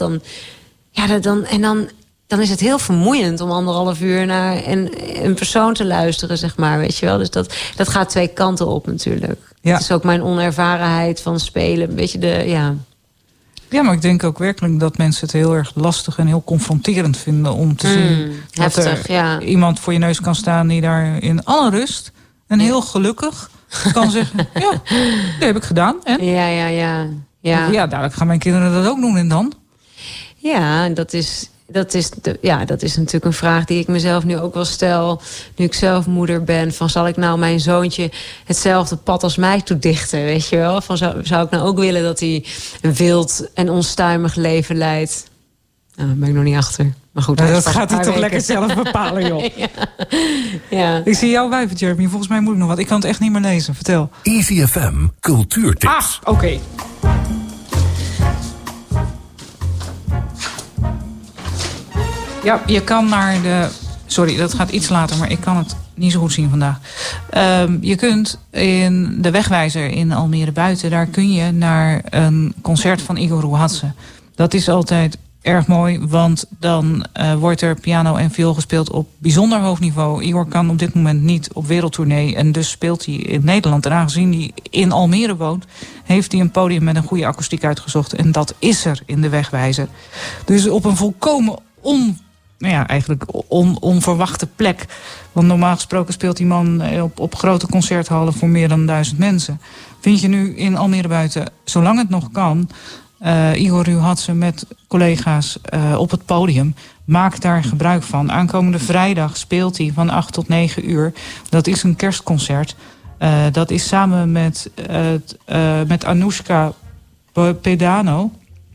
dan is het heel vermoeiend om 1,5 uur naar een persoon te luisteren, zeg maar. Weet je wel? Dus dat gaat twee kanten op natuurlijk. Ja. Het is ook mijn onervarenheid van spelen. Weet je, Ja, maar ik denk ook werkelijk dat mensen het heel erg lastig en heel confronterend vinden om te zien dat er iemand voor je neus kan staan die daar in alle rust en heel gelukkig kan zeggen, dat heb ik gedaan. En? Ja, dadelijk gaan mijn kinderen dat ook doen en dan? Ja, dat is natuurlijk een vraag die ik mezelf nu ook wel stel, nu ik zelf moeder ben. Van, zal ik nou mijn zoontje hetzelfde pad als mij toedichten, weet je wel? Van, zou ik nou ook willen dat hij een wild en onstuimig leven leidt? Nou, daar ben ik nog niet achter. Maar goed, dat gaat hij toch lekker zelf bepalen, joh. Ja. Ik zie jou wijven, Jeremy. Volgens mij moet ik nog wat. Ik kan het echt niet meer lezen. Vertel. Easy FM Cultuurtips. Oké. Ja, je kan naar de... Sorry, dat gaat iets later, maar ik kan het niet zo goed zien vandaag. Je kunt in de Wegwijzer in Almere Buiten, daar kun je naar een concert van Igor Ruhatse. Dat is altijd erg mooi, want dan wordt er piano en viool gespeeld op bijzonder hoog niveau. Igor kan op dit moment niet op wereldtournee en dus speelt hij in Nederland. En aangezien hij in Almere woont, heeft hij een podium met een goede akoestiek uitgezocht. En dat is er in de Wegwijzer. Dus op een volkomen onverwachte plek. Want normaal gesproken speelt die man op grote concerthallen voor meer dan 1000 mensen. Vind je nu in Almere Buiten, zolang het nog kan, Igor Ruhatse met collega's op het podium. Maak daar gebruik van. Aankomende vrijdag speelt hij van 8 tot 9 uur. Dat is een kerstconcert. Dat is samen met Anoushka Pedano.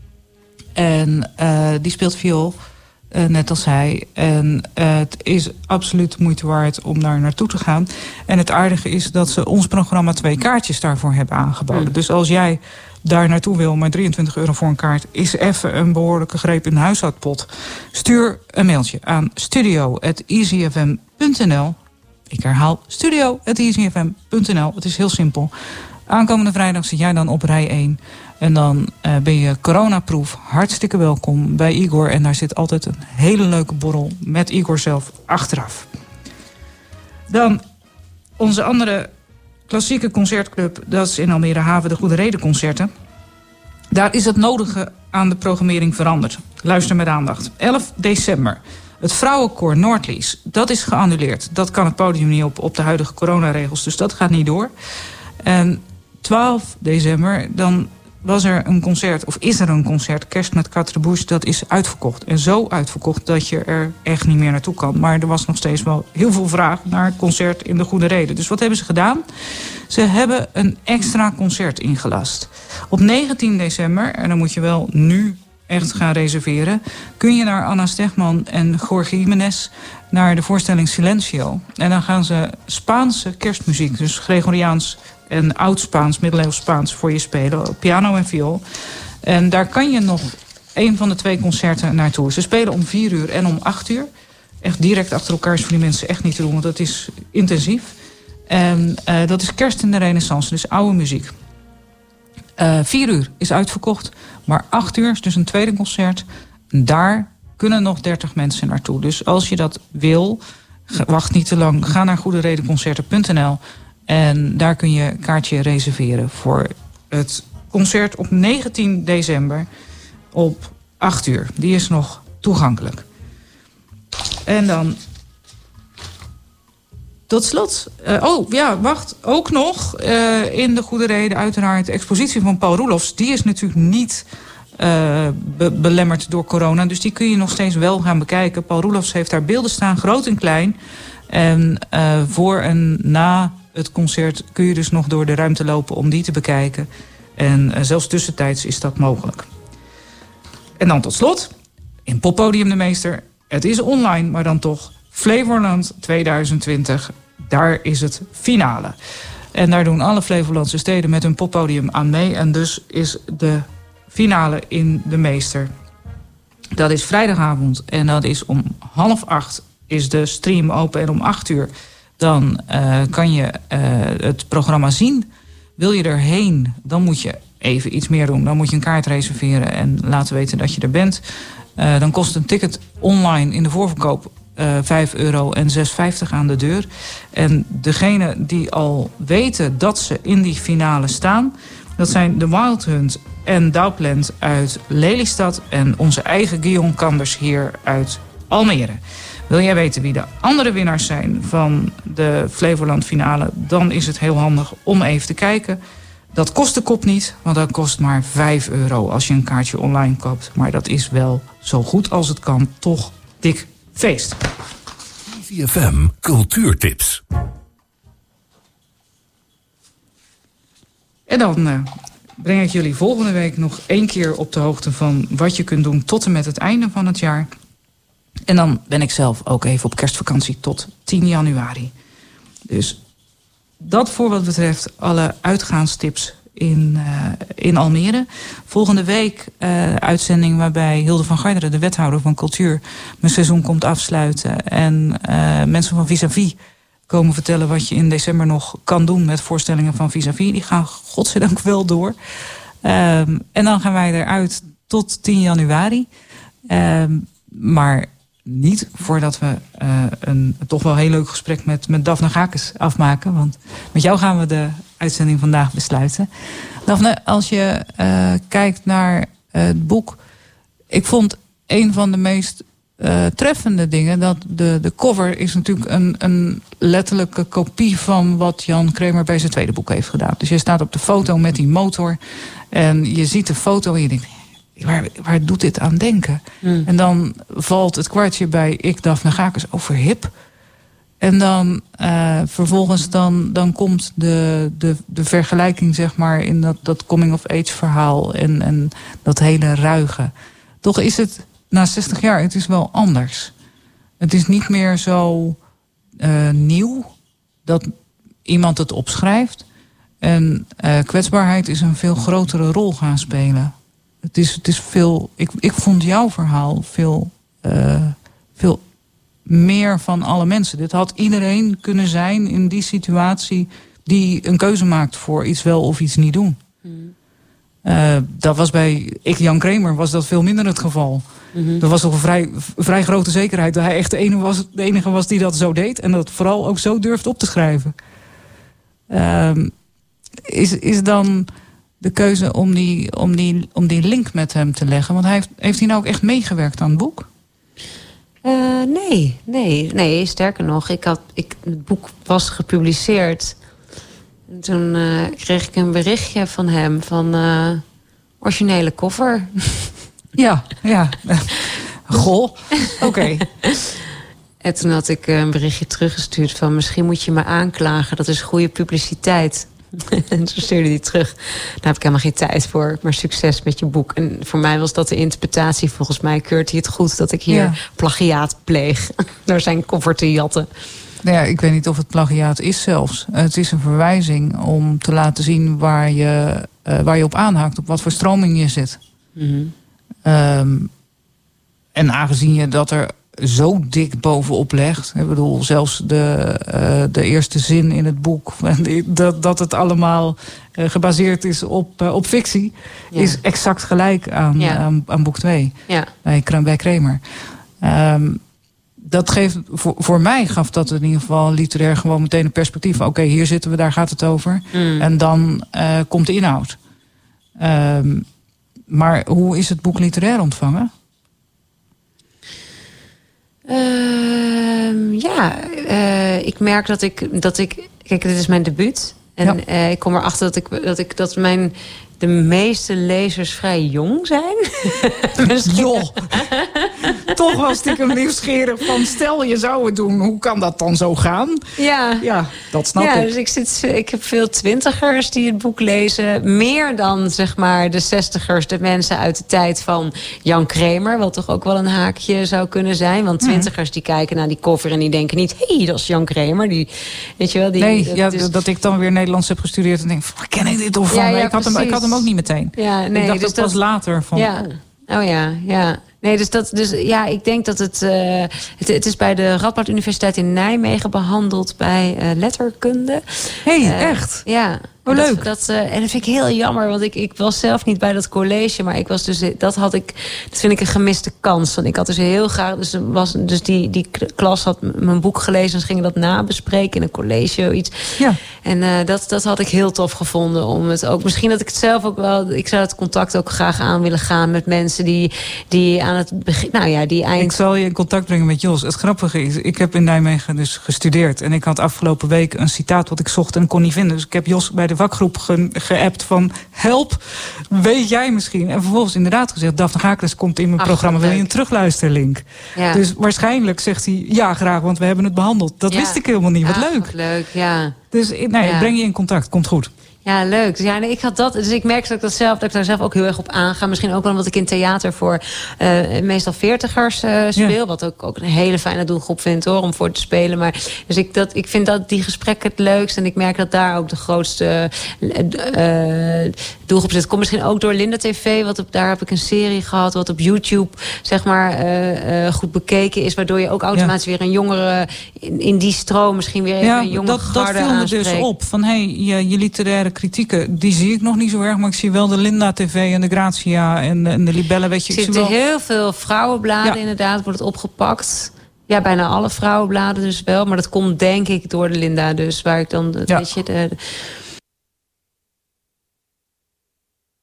En die speelt viool, net als hij. En het is absoluut de moeite waard om daar naartoe te gaan. En het aardige is dat ze ons programma 2 kaartjes daarvoor hebben aangeboden. Dus als jij daar naartoe wil, maar €23 voor een kaart is even een behoorlijke greep in de huishoudpot. Stuur een mailtje aan studio@easyfm.nl. Ik herhaal, studio@easyfm.nl. Het is heel simpel. Aankomende vrijdag zit jij dan op rij 1. En dan ben je coronaproof. Hartstikke welkom bij Igor. En daar zit altijd een hele leuke borrel met Igor zelf achteraf. Dan onze andere klassieke concertclub. Dat is in Almere Haven, de Goede Reden Concerten. Daar is het nodige aan de programmering veranderd. Luister met aandacht. 11 december. Het vrouwenkoor Noordlies, dat is geannuleerd. Dat kan het podium niet op de huidige coronaregels. Dus dat gaat niet door. En 12 december, dan was er een concert, of is er een concert, Kerst met Quatre Bouches, dat is uitverkocht. En zo uitverkocht dat je er echt niet meer naartoe kan. Maar er was nog steeds wel heel veel vraag naar een concert in de Goede Reden. Dus wat hebben ze gedaan? Ze hebben een extra concert ingelast. Op 19 december, en dan moet je wel nu echt gaan reserveren, kun je naar Anna Stegman en Jorge Jiménez naar de voorstelling Silencio. En dan gaan ze Spaanse kerstmuziek, dus Gregoriaans en oud-Spaans, middeleeuws Spaans voor je spelen, op piano en viool. En daar kan je nog een van de 2 concerten naartoe. Ze spelen om 4 uur en om 8 uur. Echt direct achter elkaar is voor die mensen echt niet te doen, want dat is intensief. En dat is Kerst in de Renaissance, dus oude muziek. 4 uur is uitverkocht, maar 8 uur is dus een tweede concert. Daar kunnen nog 30 mensen naartoe. Dus als je dat wil, wacht niet te lang. Ga naar goederedenconcerten.nl en daar kun je een kaartje reserveren voor het concert op 19 december op 8 uur. Die is nog toegankelijk. En dan tot slot, ook nog in de Goede Reden uiteraard de expositie van Paul Roelofs. Die is natuurlijk niet belemmerd door corona, dus die kun je nog steeds wel gaan bekijken. Paul Roelofs heeft daar beelden staan, groot en klein. En voor en na het concert kun je dus nog door de ruimte lopen om die te bekijken. En zelfs tussentijds is dat mogelijk. En dan tot slot, in Poppodium de Meester. Het is online, maar dan toch Flevoland 2020. Daar is het finale. En daar doen alle Flevolandse steden met hun poppodium aan mee. En dus is de finale in de Meester. Dat is vrijdagavond en dat is om 7:30 is de stream open. En om 8 uur dan kan je het programma zien. Wil je erheen, dan moet je even iets meer doen. Dan moet je een kaart reserveren en laten weten dat je er bent. Dan kost een ticket online in de voorverkoop €5 en €6,50 aan de deur. En degenen die al weten dat ze in die finale staan, dat zijn de Wild Hunt en Doubtland uit Lelystad en onze eigen Guillaume Kanders hier uit Almere. Wil jij weten wie de andere winnaars zijn van de Flevoland finale, dan is het heel handig om even te kijken. Dat kost de kop niet, want dat kost maar €5 als je een kaartje online koopt. Maar dat is wel zo goed als het kan toch dik feest. Easy FM Cultuurtips. En dan breng ik jullie volgende week nog 1 keer op de hoogte van wat je kunt doen tot en met het einde van het jaar. En dan ben ik zelf ook even op kerstvakantie tot 10 januari. Dus dat voor wat betreft alle uitgaanstips in Almere. Volgende week uitzending waarbij Hilde van Garderen, de wethouder van cultuur, mijn seizoen komt afsluiten. En mensen van Vis-à-Vis komen vertellen wat je in december nog kan doen met voorstellingen van Vis-à-Vis. Die gaan godzijdank wel door. En dan gaan wij eruit tot 10 januari. Maar niet voordat we een toch wel heel leuk gesprek met Daphne Gakes afmaken. Want met jou gaan we de uitzending vandaag besluiten. Daphne, als je kijkt naar het boek. Ik vond een van de meest treffende dingen dat de cover is natuurlijk een letterlijke kopie van wat Jan Kramer bij zijn tweede boek heeft gedaan. Dus je staat op de foto met die motor en je ziet de foto en je denkt, waar doet dit aan denken? En dan valt het kwartje bij ik, Daphne Gakers, over hip. En dan vervolgens dan komt de vergelijking, zeg maar, in dat coming-of-age verhaal en dat hele ruige. Toch is het na 60 jaar, het is wel anders. Het is niet meer zo nieuw dat iemand het opschrijft. En kwetsbaarheid is een veel grotere rol gaan spelen. Het is veel. Ik vond jouw verhaal veel meer van alle mensen. Dit had iedereen kunnen zijn in die situatie die een keuze maakt voor iets wel of iets niet doen. Dat was bij Jan Kramer was dat veel minder het geval. Er was toch een vrij grote zekerheid dat hij echt de enige was die dat zo deed. En dat vooral ook zo durft op te schrijven. Is dan de keuze om die link met hem te leggen? Want heeft hij nou ook echt meegewerkt aan het boek? Nee. Sterker nog, het boek was gepubliceerd. En toen kreeg ik een berichtje van hem van originele cover. Ja. Goh, oké. En toen had ik een berichtje teruggestuurd van misschien moet je me aanklagen. Dat is goede publiciteit. En toen stuurde hij terug. Daar heb ik helemaal geen tijd voor. Maar succes met je boek. En voor mij was dat de interpretatie. Volgens mij keurt hij het goed dat ik hier plagiaat pleeg. Door zijn cover te jatten. Nou ja, ik weet niet of het plagiaat is zelfs. Het is een verwijzing om te laten zien waar je op aanhaakt. Op wat voor stroming je zit. En aangezien je dat er zo dik bovenop legt. Ik bedoel, zelfs de eerste zin in het boek. Dat het allemaal gebaseerd is op fictie. Ja. Is exact gelijk aan boek 2. Ja. Bij Kramer. Dat geeft, voor mij gaf dat in ieder geval literair gewoon meteen een perspectief. Oké, hier zitten we, daar gaat het over. En dan komt de inhoud. Maar hoe is het boek literair ontvangen? Ik merk dat ik kijk, dit is mijn debuut. En ik kom erachter dat de meeste lezers vrij jong zijn. Joh, toch was stiekem nieuwsgierig van stel je zou het doen, hoe kan dat dan zo gaan? Ja, dat snap ik. Dus ik heb veel 20ers die het boek lezen. Meer dan zeg maar de 60ers, de mensen uit de tijd van Jan Kramer. Wat toch ook wel een haakje zou kunnen zijn. Want 20ers die kijken naar die cover en die denken niet, hé, dat is Jan Kramer. Weet je wel, dat ik dan weer Nederlands heb gestudeerd en denk, ken ik dit of van? Ik had hem ook niet meteen. Ja, nee, ik dacht dus dat pas later van. Ja. Nee, ik denk dat het is bij de Radboud Universiteit in Nijmegen behandeld bij letterkunde. Echt? Ja. Oh, leuk. En dat vind ik heel jammer, want ik was zelf niet bij dat college, maar ik was dat vind ik een gemiste kans. Want ik had dus heel graag, die klas had mijn boek gelezen en ze gingen dat nabespreken in een college of iets. Ja. En dat had ik heel tof gevonden om het ook. Misschien dat ik het zelf ook wel. Ik zou het contact ook graag aan willen gaan met mensen die aan het begin. Ik zal je in contact brengen met Jos. Het grappige is, ik heb in Nijmegen dus gestudeerd. En ik had afgelopen week een citaat wat ik zocht en kon niet vinden. Dus ik heb Jos bij de vakgroep geappt van help, weet jij misschien? En vervolgens inderdaad gezegd, Daphne Gakers komt in mijn programma. Wil je een terugluisterlink? Ja. Dus waarschijnlijk zegt hij ja graag, want we hebben het behandeld. Dat wist ik helemaal niet. Wat leuk. Wat leuk, ja. Dus ik breng je in contact. Komt goed. Ja, leuk. Ja, nee, ik had dat. Dus ik merk dat ik daar zelf ook heel erg op aanga. Misschien ook wel omdat ik in theater voor meestal 40ers speel. Ja. Wat ook een hele fijne doelgroep vind hoor, om voor te spelen. Maar dus ik vind dat die gesprekken het leukst. En ik merk dat daar ook de grootste doelgroep zit. Komt misschien ook door Linda TV. Daar heb ik een serie gehad wat op YouTube zeg maar goed bekeken is. Waardoor je ook automatisch weer een jongere in die stroom misschien weer even een jonge garde aanspreekt. Dat viel me dus op. Van je literaire kritieken, die zie ik nog niet zo erg. Maar ik zie wel de Linda TV en de Grazia en de Libelle. Weet je, ik zie wel heel veel vrouwenbladen inderdaad, wordt het opgepakt. Ja, bijna alle vrouwenbladen dus wel. Maar dat komt denk ik door de Linda dus. Waar ik dan, weet je,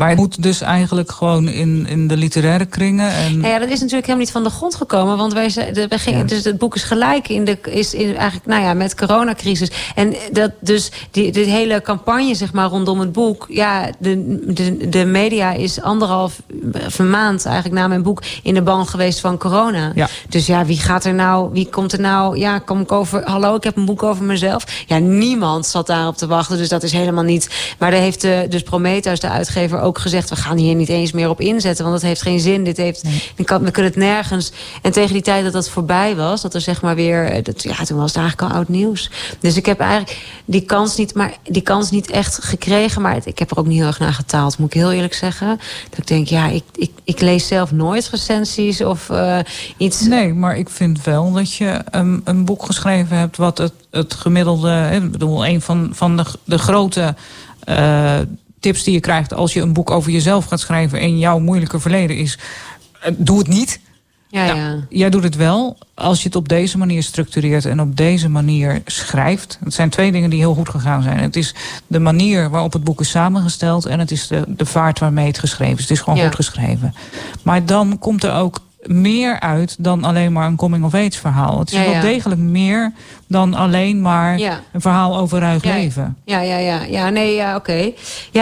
Maar het moet dus eigenlijk gewoon in de literaire kringen. En... Ja, dat is natuurlijk helemaal niet van de grond gekomen. Want dus het boek is gelijk eigenlijk met coronacrisis. En dat dus de hele campagne zeg maar rondom het boek. Ja, de media is 1,5 maand eigenlijk na mijn boek in de ban geweest van corona. Ja. Dus ja, wie komt er nou? Ja, kom ik over? Hallo, ik heb een boek over mezelf. Ja, niemand zat daarop te wachten. Dus dat is helemaal niet. Maar daar heeft dus Prometheus, de uitgever, ook gezegd: we gaan hier niet eens meer op inzetten, want dat heeft geen zin. We kunnen het nergens. En tegen die tijd dat voorbij was, dat er zeg maar weer, toen was het eigenlijk al oud nieuws. Dus ik heb eigenlijk die kans niet echt gekregen, maar ik heb er ook niet heel erg naar getaald, moet ik heel eerlijk zeggen. Dat ik denk, ik lees zelf nooit recensies of iets. Nee, maar ik vind wel dat je een boek geschreven hebt wat het gemiddelde, ik bedoel, een van de grote tips die je krijgt als je een boek over jezelf gaat schrijven en jouw moeilijke verleden is, doe het niet. Ja. Jij doet het wel als je het op deze manier structureert en op deze manier schrijft. Het zijn 2 dingen die heel goed gegaan zijn. Het is de manier waarop het boek is samengesteld en het is de vaart waarmee het geschreven is. Het is gewoon goed geschreven. Maar dan komt er ook meer uit dan alleen maar een coming-of-age verhaal. Het is wel degelijk meer dan alleen maar een verhaal over ruig leven. Oké.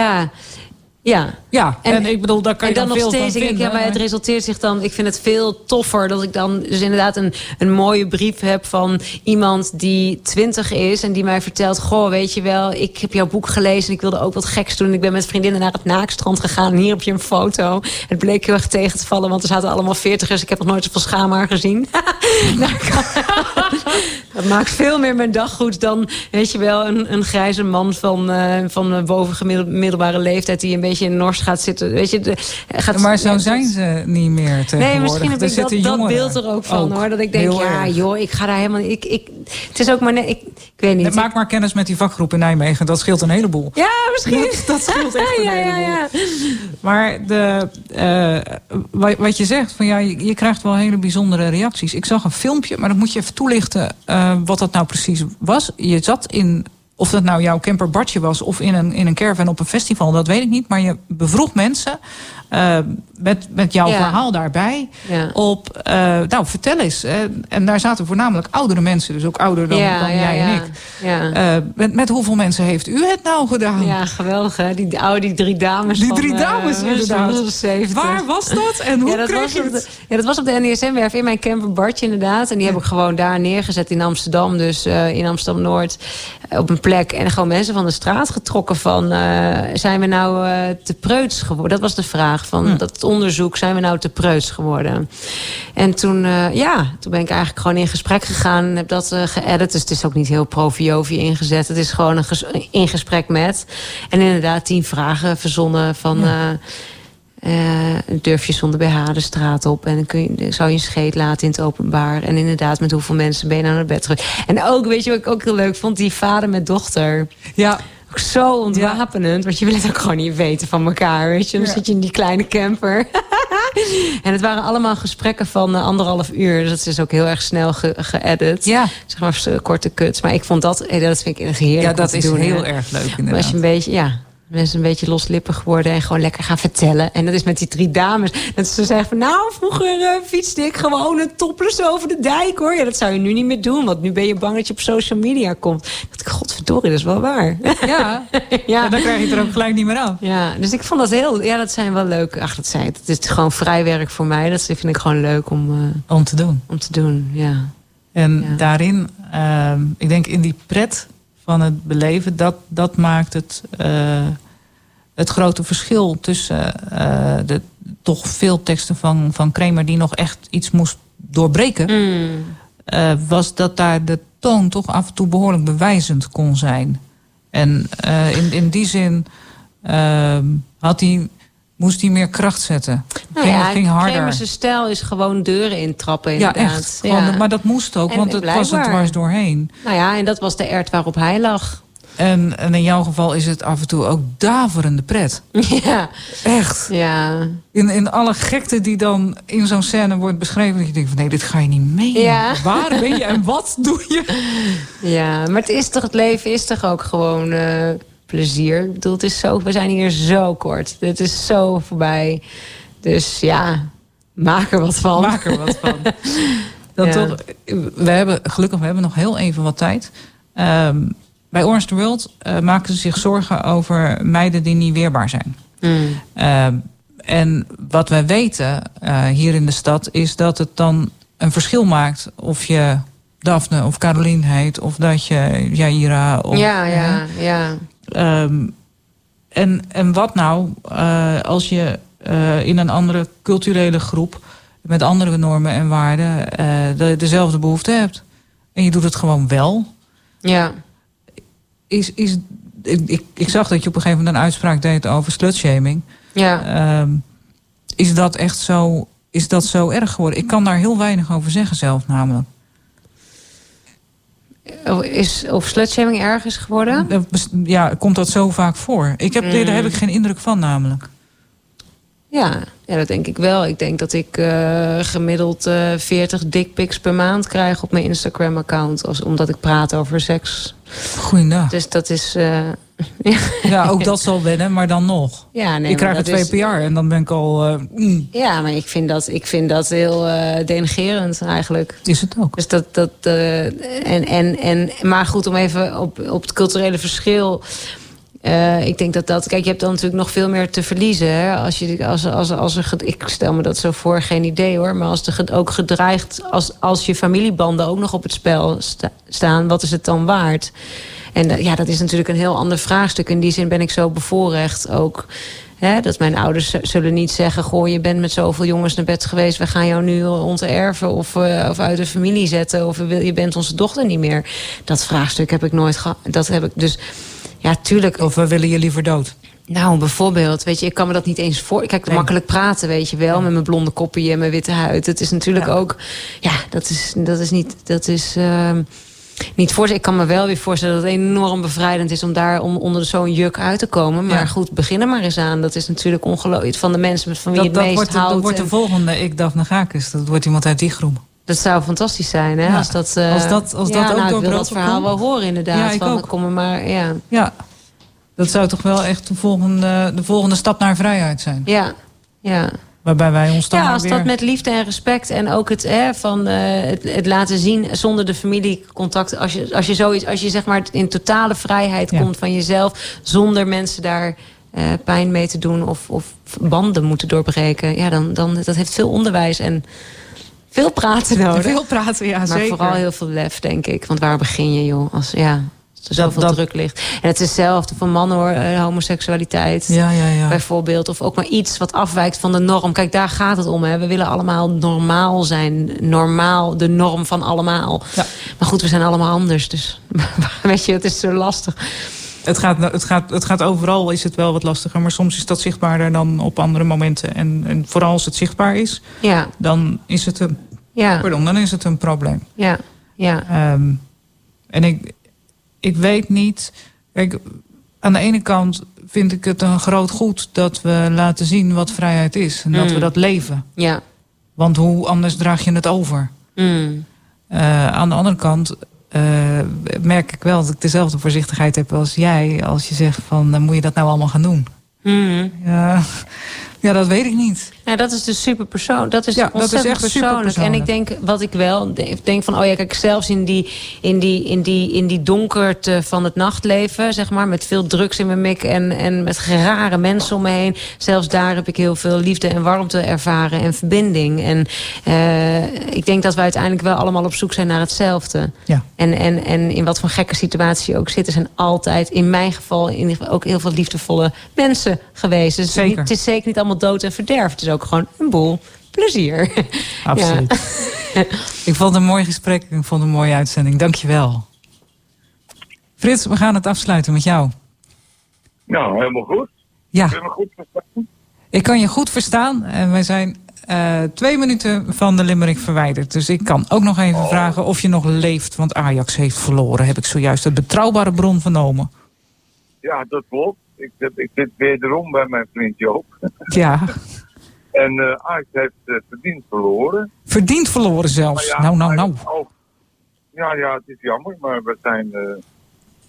Ja, en ik bedoel, daar kan je dan nog veel steeds van vinden. Maar het resulteert zich dan. Ik vind het veel toffer dat ik dan dus inderdaad een mooie brief heb van iemand die 20 is en die mij vertelt: goh, weet je wel, ik heb jouw boek gelezen en ik wilde ook wat geks doen. Ik ben met vriendinnen naar het Naakstrand gegaan en hier heb je een foto. Het bleek heel erg tegen te vallen, want er zaten allemaal 40ers. Ik heb nog nooit zoveel schaamhaar gezien. Dat maakt veel meer mijn dag goed dan, weet je wel, een grijze man van bovengemiddelde leeftijd die een beetje in Nors gaat zitten. Weet je, maar zo zijn ze niet meer tegenwoordig. Nee, misschien heb ik dat beeld er ook van, hoor. Dat ik denk, ik ga daar helemaal niet. Het is ook maar net, ik weet niet. Maak maar kennis met die vakgroep in Nijmegen. Dat scheelt een heleboel. Ja, misschien. Dat scheelt echt een heleboel. Maar wat je zegt, van je krijgt wel hele bijzondere reacties. Ik zag een filmpje, maar dat moet je even toelichten wat dat nou precies was. Je zat in, of dat nou jouw camper Bartje was of in een caravan op een festival, dat weet ik niet. Maar je bevroeg mensen met jouw verhaal daarbij op, vertel eens. En daar zaten voornamelijk oudere mensen, dus ook ouder dan jij en ik. Ja. Met hoeveel mensen heeft u het nou gedaan? Ja, geweldig hè, die 3 dames. Die 3 dames inderdaad. Waar was dat en hoe kreeg je het? Dat was op de NDSM-werf in mijn camper Bartje inderdaad. En die heb ik gewoon daar neergezet in Amsterdam, dus in Amsterdam-Noord, op een plek. En gewoon mensen van de straat getrokken van, zijn we nou te preuts geworden? Dat was de vraag van dat onderzoek, zijn we nou te preuts geworden? En toen ben ik eigenlijk gewoon in gesprek gegaan en heb dat geëdit. Dus het is ook niet heel profi-jovi ingezet. Het is gewoon in gesprek met. En inderdaad 10 vragen verzonnen van durf je zonder BH de straat op en zou je een scheet laten in het openbaar? En inderdaad, met hoeveel mensen ben je nou naar bed terug? En ook, weet je wat ik ook heel leuk vond? Die vader met dochter. Ja. Ook zo ontwapenend, want je wil het ook gewoon niet weten van elkaar, weet je. Dan zit je in die kleine camper. En het waren allemaal gesprekken van 1,5 uur. Dus dat is ook heel erg snel geëdit. Ja. Zeg maar korte cuts. Maar ik vond dat vind ik heerlijk. Ja, dat is heel erg leuk inderdaad. Als je een beetje, mensen een beetje loslippig geworden en gewoon lekker gaan vertellen. En dat is met die 3 dames. Dat ze zeggen van, nou, vroeger fietste ik gewoon een topless over de dijk, hoor. Ja, dat zou je nu niet meer doen, want nu ben je bang dat je op social media komt. Dat ik, godverdorie, dat is wel waar. Ja, dan krijg je het er ook gelijk niet meer af. Ja, dus ik vond dat dat zijn wel leuk. Het is gewoon vrij werk voor mij. Dat vind ik gewoon leuk om te doen. Om te doen, ja. En daarin, ik denk in die pret van het beleven, dat maakt het grote verschil tussen de toch veel teksten van Kramer die nog echt iets moest doorbreken, was dat daar de toon toch af en toe behoorlijk bewijzend kon zijn. En in die zin moest hij meer kracht zetten. Ging harder. Kramer's stijl is gewoon deuren intrappen inderdaad. Ja, echt. Gewoon, maar dat moest ook, want het was er dwars doorheen. Nou ja, en dat was de ert waarop hij lag. En in jouw geval is het af en toe ook daverende pret. Ja. Echt. Ja. In alle gekte die dan in zo'n scène wordt beschreven, dat je denkt van nee, dit ga je niet meenemen. Ja. Waar ben je en wat doe je? Ja, maar het leven is toch ook gewoon plezier. Ik bedoel, we zijn hier zo kort. Het is zo voorbij. Dus ja, maak er wat van. Maak er wat van. Toch, we hebben nog heel even wat tijd. Bij Orange the World maken ze zich zorgen over meiden die niet weerbaar zijn. En wat wij weten hier in de stad is dat het dan een verschil maakt of je Daphne of Caroline heet, of dat je Jaira of... Ja. En wat nou als je in een andere culturele groep met andere normen en waarden dezelfde behoefte hebt. En je doet het gewoon wel. Ja. Ik zag dat je op een gegeven moment een uitspraak deed over slutshaming. Ja. Is dat echt zo? Is dat zo erg geworden? Ik kan daar heel weinig over zeggen zelf namelijk. Of slutshaming erg is geworden? Ja, komt dat zo vaak voor? Daar heb ik geen indruk van namelijk. Ja, dat denk ik wel. Ik denk dat ik gemiddeld 40 dickpics per maand krijg op mijn Instagram-account. Omdat ik praat over seks. Goeiedag. Dus dat is... Ja, ook dat zal wennen, maar dan nog. Ja, nee, ik krijg er 2 per jaar en dan ben ik al... Ja, maar ik vind dat heel denigerend eigenlijk. Is het ook. Dus maar goed, om even op het culturele verschil... ik denk dat... Kijk, je hebt dan natuurlijk nog veel meer te verliezen. Hè? Als er ik stel me dat zo voor, geen idee hoor. Maar als er ook gedreigd... Als je familiebanden ook nog op het spel staan... Wat is het dan waard? En dat is natuurlijk een heel ander vraagstuk. In die zin ben ik zo bevoorrecht ook... Hè, dat mijn ouders zullen niet zeggen... Goh, je bent met zoveel jongens naar bed geweest... we gaan jou nu onterven of uit de familie zetten... of je bent onze dochter niet meer. Dat vraagstuk heb ik nooit gehad. Dat heb ik dus... Ja, tuurlijk. Of we willen je liever dood? Nou, bijvoorbeeld, weet je, ik kan me dat niet eens voor... Kijk, makkelijk praten, weet je wel, met mijn blonde koppie en mijn witte huid. Het is natuurlijk ook... Ja, dat is niet voor. Ik kan me wel weer voorstellen dat het enorm bevrijdend is... om daar onder zo'n juk uit te komen. Maar goed, begin er maar eens aan. Dat is natuurlijk ongelooflijk van de mensen van wie je het meest houdt. Dat wordt de volgende Daphne Gakis. Dat wordt iemand uit die groep. Dat zou fantastisch zijn, hè? Ja. Als dat ook ik wil dat verhaal wel horen, inderdaad. Ja, ik ook. Kom er maar, ja, dat zou toch wel echt de volgende stap naar vrijheid zijn. Ja. Waarbij wij ons dan als dat met liefde en respect en ook het laten zien zonder de familiecontact. Als je zeg maar in totale vrijheid komt van jezelf, zonder mensen daar pijn mee te doen of banden moeten doorbreken. Ja, dan dat heeft veel onderwijs en veel praten nodig. Veel praten, ja, maar zeker. Maar vooral heel veel lef, denk ik. Want waar begin je, joh? Als er zoveel druk ligt. En het is hetzelfde voor mannen, hoor. Homoseksualiteit, bijvoorbeeld. Of ook maar iets wat afwijkt van de norm. Kijk, daar gaat het om, hè. We willen allemaal normaal zijn. Normaal, de norm van allemaal. Ja. Maar goed, we zijn allemaal anders. Dus weet je, het is zo lastig. Het gaat overal, is het wel wat lastiger. Maar soms is dat zichtbaarder dan op andere momenten. En vooral als het zichtbaar is, dan is het een probleem. Ja. En ik weet niet... Kijk, aan de ene kant vind ik het een groot goed... dat we laten zien wat vrijheid is. En dat we dat leven. Ja. Want hoe anders draag je het over? Aan de andere kant... merk ik wel dat ik dezelfde voorzichtigheid heb als jij... als je zegt van, dan moet je dat nou allemaal gaan doen. Ja, dat weet ik niet. Ja, dat is dus super persoonlijk. Dat is ontzettend echt persoonlijk. En ik denk, wat ik wel denk van... kijk, zelfs in die donkerte van het nachtleven... zeg maar, met veel drugs in mijn mik... en met rare mensen om me heen... zelfs daar heb ik heel veel liefde en warmte ervaren... en verbinding. En ik denk dat we uiteindelijk wel allemaal op zoek zijn naar hetzelfde. Ja. En in wat voor gekke situatie je ook zit... er zijn altijd, in mijn geval... ook heel veel liefdevolle mensen geweest. Dus het is zeker niet allemaal dood en verderf. Het is ook gewoon een boel plezier. Absoluut. Ja. Ik vond het een mooi gesprek. Ik vond het een mooie uitzending. Dank je wel. Frits, we gaan het afsluiten met jou. Nou, helemaal goed. Ja. Kun je me goed verstaan? Ik kan je goed verstaan. En wij zijn 2 minuten van de limerick verwijderd. Dus ik kan ook nog even vragen of je nog leeft. Want Ajax heeft verloren. Heb ik zojuist een betrouwbare bron vernomen. Ja, dat klopt. Ik zit wederom bij mijn vriend Joop. Ja. En Ajax heeft verdiend verloren. Verdiend verloren zelfs? Ja, nou. Ja, het is jammer, maar we zijn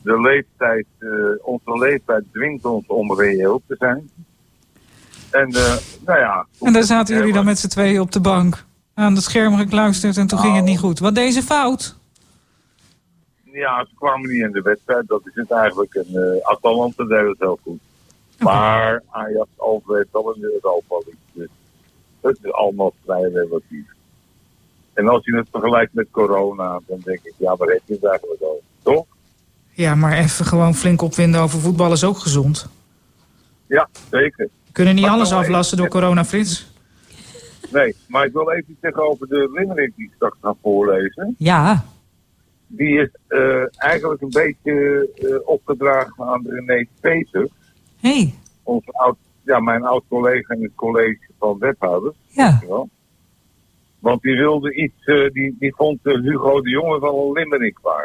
onze leeftijd dwingt ons om reëel te zijn. En nou ja. En daar zaten jullie dan met z'n tweeën op de bank. Aan het scherm gekluisterd en toen ging het niet goed. Wat deze fout? Ja, ze kwamen niet in de wedstrijd. Dat is het eigenlijk. En Atalanta deed het heel goed. Okay. Maar Ajax overleeft al in de Europa League. Dus het is allemaal vrij relatief. En als je het vergelijkt met corona, dan denk ik, ja, waar heb je het eigenlijk over? Toch? Ja, maar even gewoon flink opwinden over voetbal is ook gezond. Ja, zeker. We kunnen niet alles aflasten door corona, Frits. Nee, maar ik wil even zeggen over de limerick die ik straks ga voorlezen. Ja. Die is eigenlijk een beetje opgedragen aan René Peters. Hey. Mijn oud collega in het college van wethouders. Ja. Want die wilde iets, die vond Hugo de Jonge wel een limerick waard.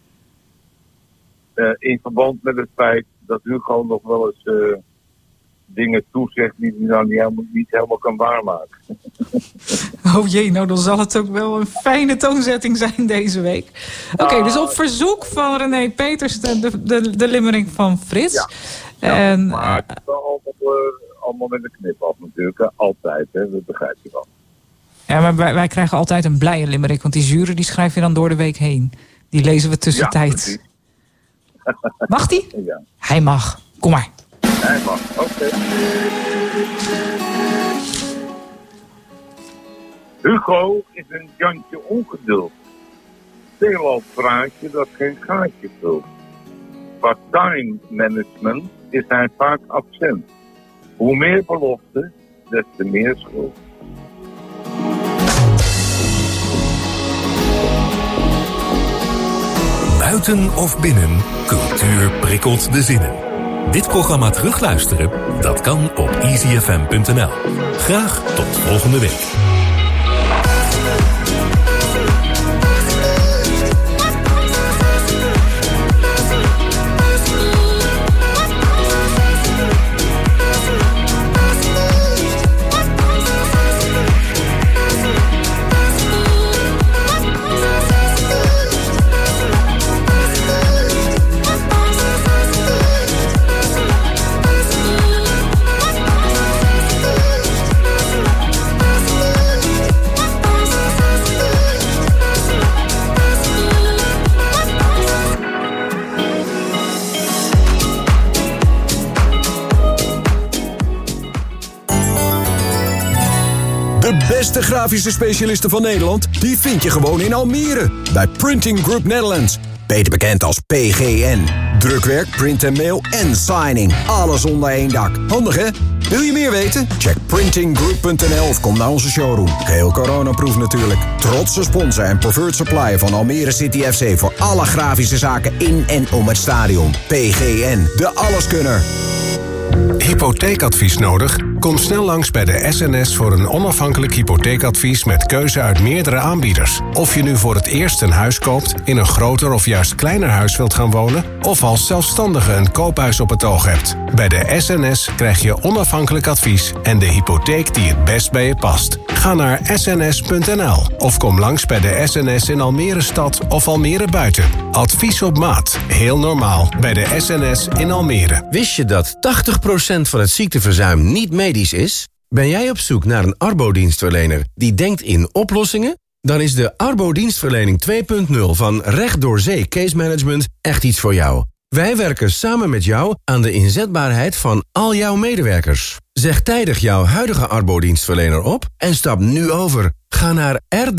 In verband met het feit dat Hugo nog wel eens dingen toezegt die hij dan niet helemaal kan waarmaken. Oh jee, nou dan zal het ook wel een fijne toonzetting zijn deze week. Oké, dus op verzoek van René Peters de limerick van Frits. Ja, maar het is wel allemaal met een knip af natuurlijk. Altijd, hè, dat begrijp je wel. Ja, maar wij krijgen altijd een blije limerick, want die zure die schrijf je dan door de week heen. Die lezen we tussentijds. Ja, mag die? Ja. Hij mag. Kom maar. Hij mag, oké. Hugo is een Jantje ongeduld. Veelal praatje dat geen gaatje vult. Qua time management is hij vaak absent. Hoe meer belofte, des te meer schuld. Buiten of binnen, cultuur prikkelt de zinnen. Dit programma terugluisteren, dat kan op easyfm.nl. Graag tot volgende week. De beste grafische specialisten van Nederland, die vind je gewoon in Almere. Bij Printing Group Netherlands. Beter bekend als PGN. Drukwerk, print en mail en signing. Alles onder één dak. Handig hè? Wil je meer weten? Check printinggroup.nl of kom naar onze showroom. Geheel coronaproof natuurlijk. Trotse sponsor en preferred supplier van Almere City FC... voor alle grafische zaken in en om het stadion. PGN, de alleskunner. Hypotheekadvies nodig? Kom snel langs bij de SNS voor een onafhankelijk hypotheekadvies met keuze uit meerdere aanbieders. Of je nu voor het eerst een huis koopt, in een groter of juist kleiner huis wilt gaan wonen, of als zelfstandige een koophuis op het oog hebt. Bij de SNS krijg je onafhankelijk advies en de hypotheek die het best bij je past. Ga naar sns.nl of kom langs bij de SNS in Almere Stad of Almere Buiten. Advies op maat. Heel normaal bij de SNS in Almere. Wist je dat 80% van het ziekteverzuim niet medisch is? Ben jij op zoek naar een arbodienstverlener die denkt in oplossingen? Dan is de Arbodienstverlening 2.0 van Recht door Zee Case Management echt iets voor jou. Wij werken samen met jou aan de inzetbaarheid van al jouw medewerkers. Zeg tijdig jouw huidige arbodienstverlener op en stap nu over. Ga naar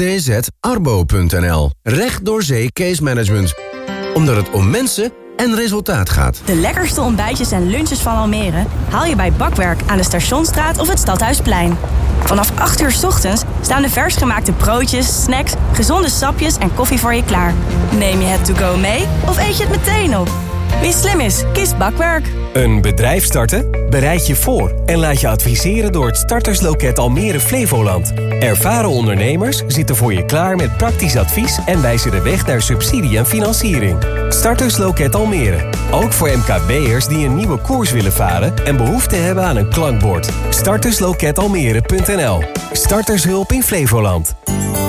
rdzarbo.nl. Recht door Zee Case Management. Omdat het om mensen en resultaat gaat. De lekkerste ontbijtjes en lunches van Almere haal je bij Bakwerk aan de Stationsstraat of het Stadhuisplein. Vanaf 8 uur 's ochtends staan de vers gemaakte broodjes, snacks, gezonde sapjes en koffie voor je klaar. Neem je het to go mee of eet je het meteen op? Wie slim is, kiest Bakwerk. Een bedrijf starten? Bereid je voor en laat je adviseren door het startersloket Almere Flevoland. Ervaren ondernemers zitten voor je klaar met praktisch advies en wijzen de weg naar subsidie en financiering. Startersloket Almere. Ook voor MKB'ers die een nieuwe koers willen varen en behoefte hebben aan een klankbord. Startersloketalmere.nl. Startershulp in Flevoland.